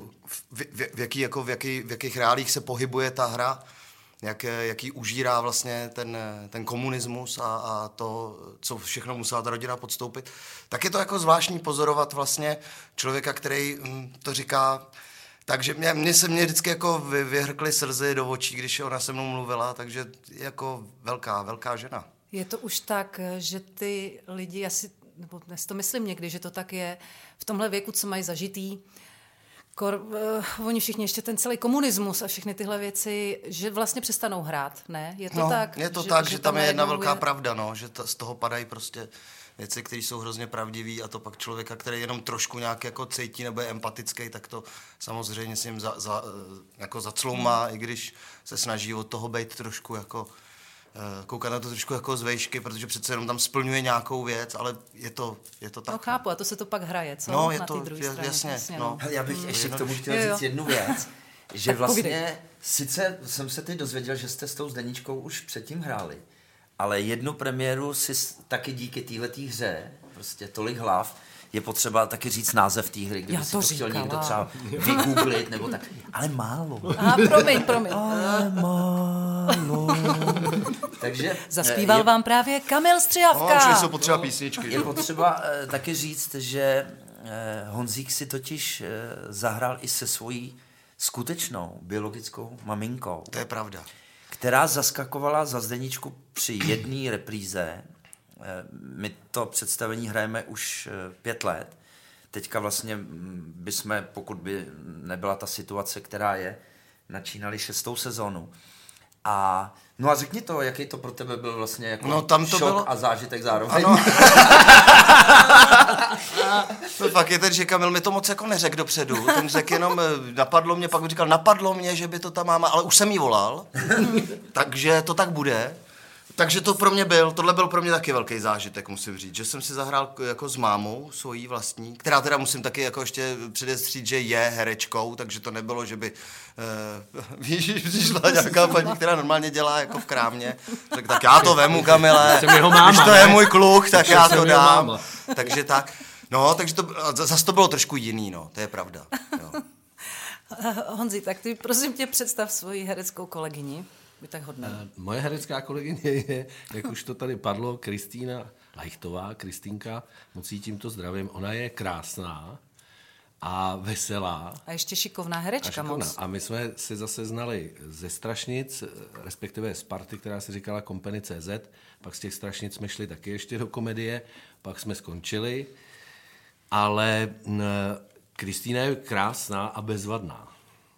v jakých reálích se pohybuje ta hra, jaký užírá vlastně ten komunismus a to, co všechno musela ta rodina podstoupit. Tak je to jako zvláštní pozorovat vlastně člověka, který to říká. Takže mě vždycky jako vyhrkly slzy do očí, když ona se mnou mluvila, takže jako velká žena. Je to už tak, že ty lidi asi, nebo dnes to myslím někdy, že to tak je v tomhle věku, co mají zažitý, oni všichni ještě ten celý komunismus a všechny tyhle věci, že vlastně přestanou hrát, ne? Je to tak? Je to tak, že tam je jedna velká pravda, no, že z toho padají prostě věci, které jsou hrozně pravdivé a to pak člověka, který jenom trošku nějak jako cítí nebo je empatický, tak to samozřejmě s ním jako zacloumá, i když se snaží od toho být trošku jako koukat na to trošku jako z vejšky, protože přece jenom tam splňuje nějakou věc, ale je to tak. No chápu, a to se to pak hraje, co? No, na té druhé straně. Jasně, no. Já bych ještě k tomu chtěl říct jednu věc, že vlastně, sice jsem se teď dozvěděl, že jste s tou Zdeničkou už předtím hráli, ale jednu premiéru si taky díky téhletý hře, prostě tolik hlav, je potřeba taky říct název té hry, kdyby si to chtěl někdo třeba vygooglit, nebo tak, ale málo. Aha, promiň. Ale málo. Takže zaspíval vám právě Kamil Střihavka. No, jsou potřeba písničky. Je potřeba taky říct, že Honzík si totiž zahrál i se svojí skutečnou biologickou maminkou. To je pravda. Která zaskakovala za Zdeničku při jedné repríze. My to představení hrajeme už 5 let. Teďka vlastně bychom, pokud by nebyla ta situace, která je, načínali 6. sezónu. No a řekni to, jaký to pro tebe byl vlastně jako tam to šok bylo... a zážitek zároveň. Ano. To fakt je ten, že Kamil mi to moc jako neřekl dopředu. Ten řekl jenom, napadlo mě, že by to ta máma, ale už jsem jí volal, takže to tak bude. Takže to pro mě tohle byl pro mě taky velký zážitek, musím říct, že jsem si zahrál jako s mámou svojí vlastní, která teda musím taky jako ještě předestřít, že je herečkou, takže to nebylo, že by přišla nějaká paní, která normálně dělá jako v krámě, tak já to vemu, Kamile, když to je můj kluk, tak já to dám. Takže tak, no, takže zase to bylo trošku jiný, no, to je pravda. Jo. Honzi, tak ty prosím tě představ svoji hereckou kolegyni. By tak hodná. Moje herecká kolegyně je, jak už to tady padlo, Kristýna Lajchtová, Kristýnka, moc jí tímto zdravím. Ona je krásná a veselá. A ještě šikovná herečka moc. A my jsme si zase znali ze Strašnic, respektive z party, která se říkala Kompany.cz, pak z těch Strašnic jsme šli taky ještě do komedie, pak jsme skončili, ale Kristýna je krásná a bezvadná. A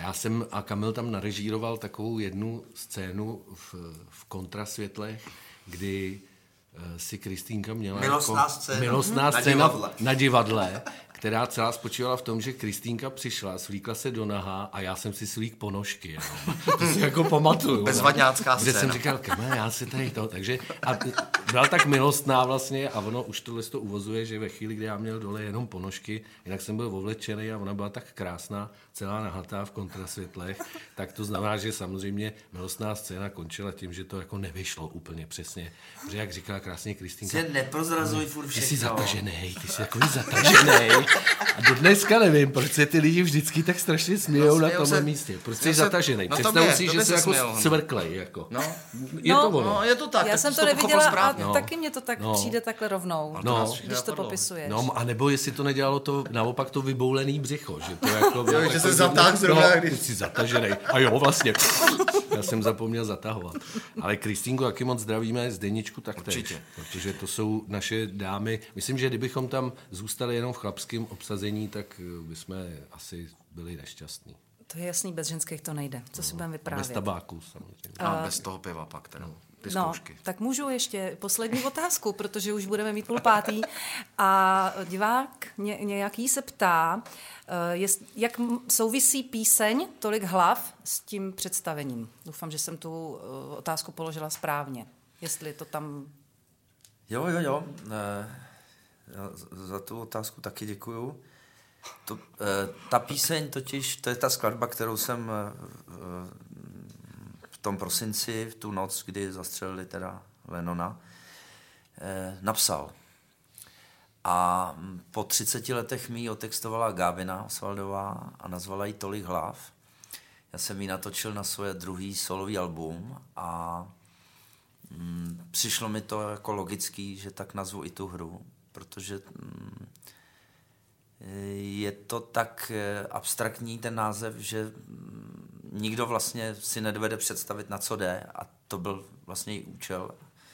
A Kamil tam narežíroval takovou jednu scénu v kontrasvětlech, kdy si Kristýnka měla milostná scéna na divadle, která celá spočívala v tom, že Kristýnka přišla, svlíkla se do nahá a já jsem si svlík ponožky. Jenom. To si jako pamatuju. Bezvadňácká scéna. Kde jsem říkal, já si tady to. Takže a byla tak milostná vlastně a ono už tohle to uvozuje, že ve chvíli, kdy já měl dole jenom ponožky, jinak jsem byl ovlečený a ona byla tak krásná, celá nahatá v kontrasvětlech, tak to znamená, že samozřejmě milostná scéna končila tím, že to jako nevyšlo úplně přesně. Protože jak říkala krásně Kristýnka, neprozrazuj furt všechno. Ty jsi zatažený, ty jsi takový zatažený. A do dneska nevím, proč se ty lidi vždycky tak strašně smějou na tomhle místě. Proč jsi zatažený? Představu si, že jsi jako cvrklej. Jako. Je to ono. No, je to tak. Já jsem to neviděla a taky mě to tak přijde takhle rovnou, když to popisuješ. No, a nebo jestli to nedělalo to naopak to vyboulený břicho, že to jako... že se zatáhl zrovna, když... Ty jsi zatažený. A jo, vlastně. Já jsem zapomněl zatahovat. Ale Kristýnku taky moc zdravíme, Zdeničku taktéž. Protože to jsou naše dámy. Myslím, že kdybychom tam zůstali jenom v chlapském obsazení, tak bychom asi byli nešťastní. To je jasný, bez ženských to nejde. Co si budeme vyprávět? Bez tabáku samozřejmě. A bez toho piva pak teda. Tak můžu ještě poslední otázku, protože už budeme mít 4:30. A divák nějaký se ptá, jak souvisí píseň Tolik hlav s tím představením. Doufám, že jsem tu otázku položila správně. Jestli to tam... Jo. Za tu otázku taky děkuju. Ta píseň totiž, to je ta skladba, kterou jsem v tom prosinci, v tu noc, kdy zastřelili teda Lennona, napsal. A po 30 letech mi ji otextovala Gávina Osvaldová a nazvala ji Tolik hlav. Já jsem ji natočil na svoje druhý solový album a přišlo mi to jako logický, že tak nazvu i tu hru, protože je to tak abstraktní ten název, že nikdo vlastně si nedovede představit, na co jde, a to byl vlastně i účel,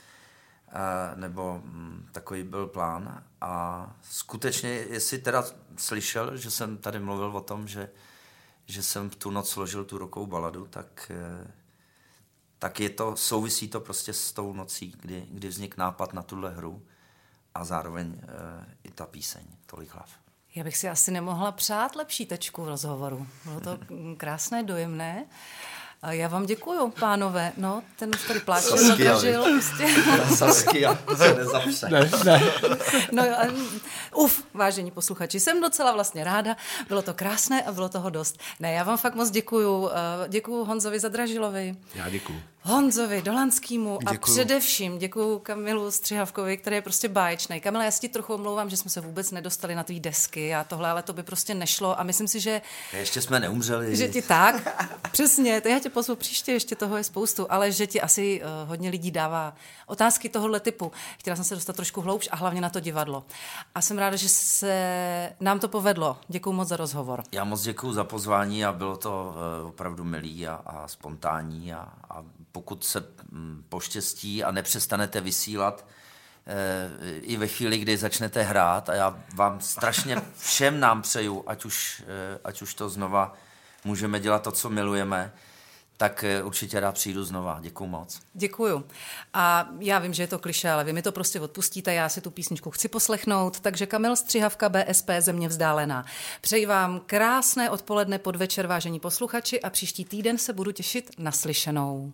nebo takový byl plán. A skutečně, jestli teda slyšel, že jsem tady mluvil o tom, že jsem tu noc složil tu rockovou baladu, tak je to, souvisí to prostě s tou nocí, kdy vznikl nápad na tuhle hru a zároveň i ta píseň Tolik hlav. Já bych si asi nemohla přát lepší tečku v rozhovoru. Bylo to krásné, dojemné. A já vám děkuju, pánové. No, ten už tady pláče zadražil. Saskia se nezapře. Ne. No, vážení posluchači, jsem docela vlastně ráda. Bylo to krásné a bylo toho dost. Ne, já vám fakt moc děkuju. Děkuju Honzovi Zadražilovi. Já děkuju. Honzovi Dolanskému a především děkuju Kamilu Střihavkovi, který je prostě báječnej. Kamila, já si ti trochu omlouvám, že jsme se vůbec nedostali na tvý desky a tohle, ale to by prostě nešlo a myslím si, že... Ještě jsme neumřeli. Že ti tak, přesně, to já tě pozvu příště, ještě toho je spoustu, ale že ti asi hodně lidí dává otázky tohohle typu. Chtěla jsem se dostat trošku hloubš a hlavně na to divadlo. A jsem ráda, že se nám to povedlo. Děkuju moc za rozhovor. Já moc děkuju za pozvání a bylo to opravdu milý a spontánní a pokud se poštěstí a nepřestanete vysílat i ve chvíli, kdy začnete hrát, a já vám strašně všem nám přeju, ať už to znova můžeme dělat to, co milujeme, tak určitě rád přijdu znova. Děkuju moc. Děkuju. A já vím, že je to klišé, ale vy mi to prostě odpustíte, já si tu písničku chci poslechnout, takže Kamil Střihavka, BSP, Země vzdálená. Přeji vám krásné odpoledne, podvečer, vážení posluchači, a příští týden se budu těšit na slyšenou.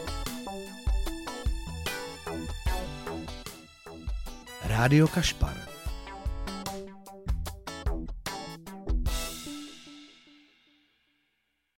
Rádio Kašpar.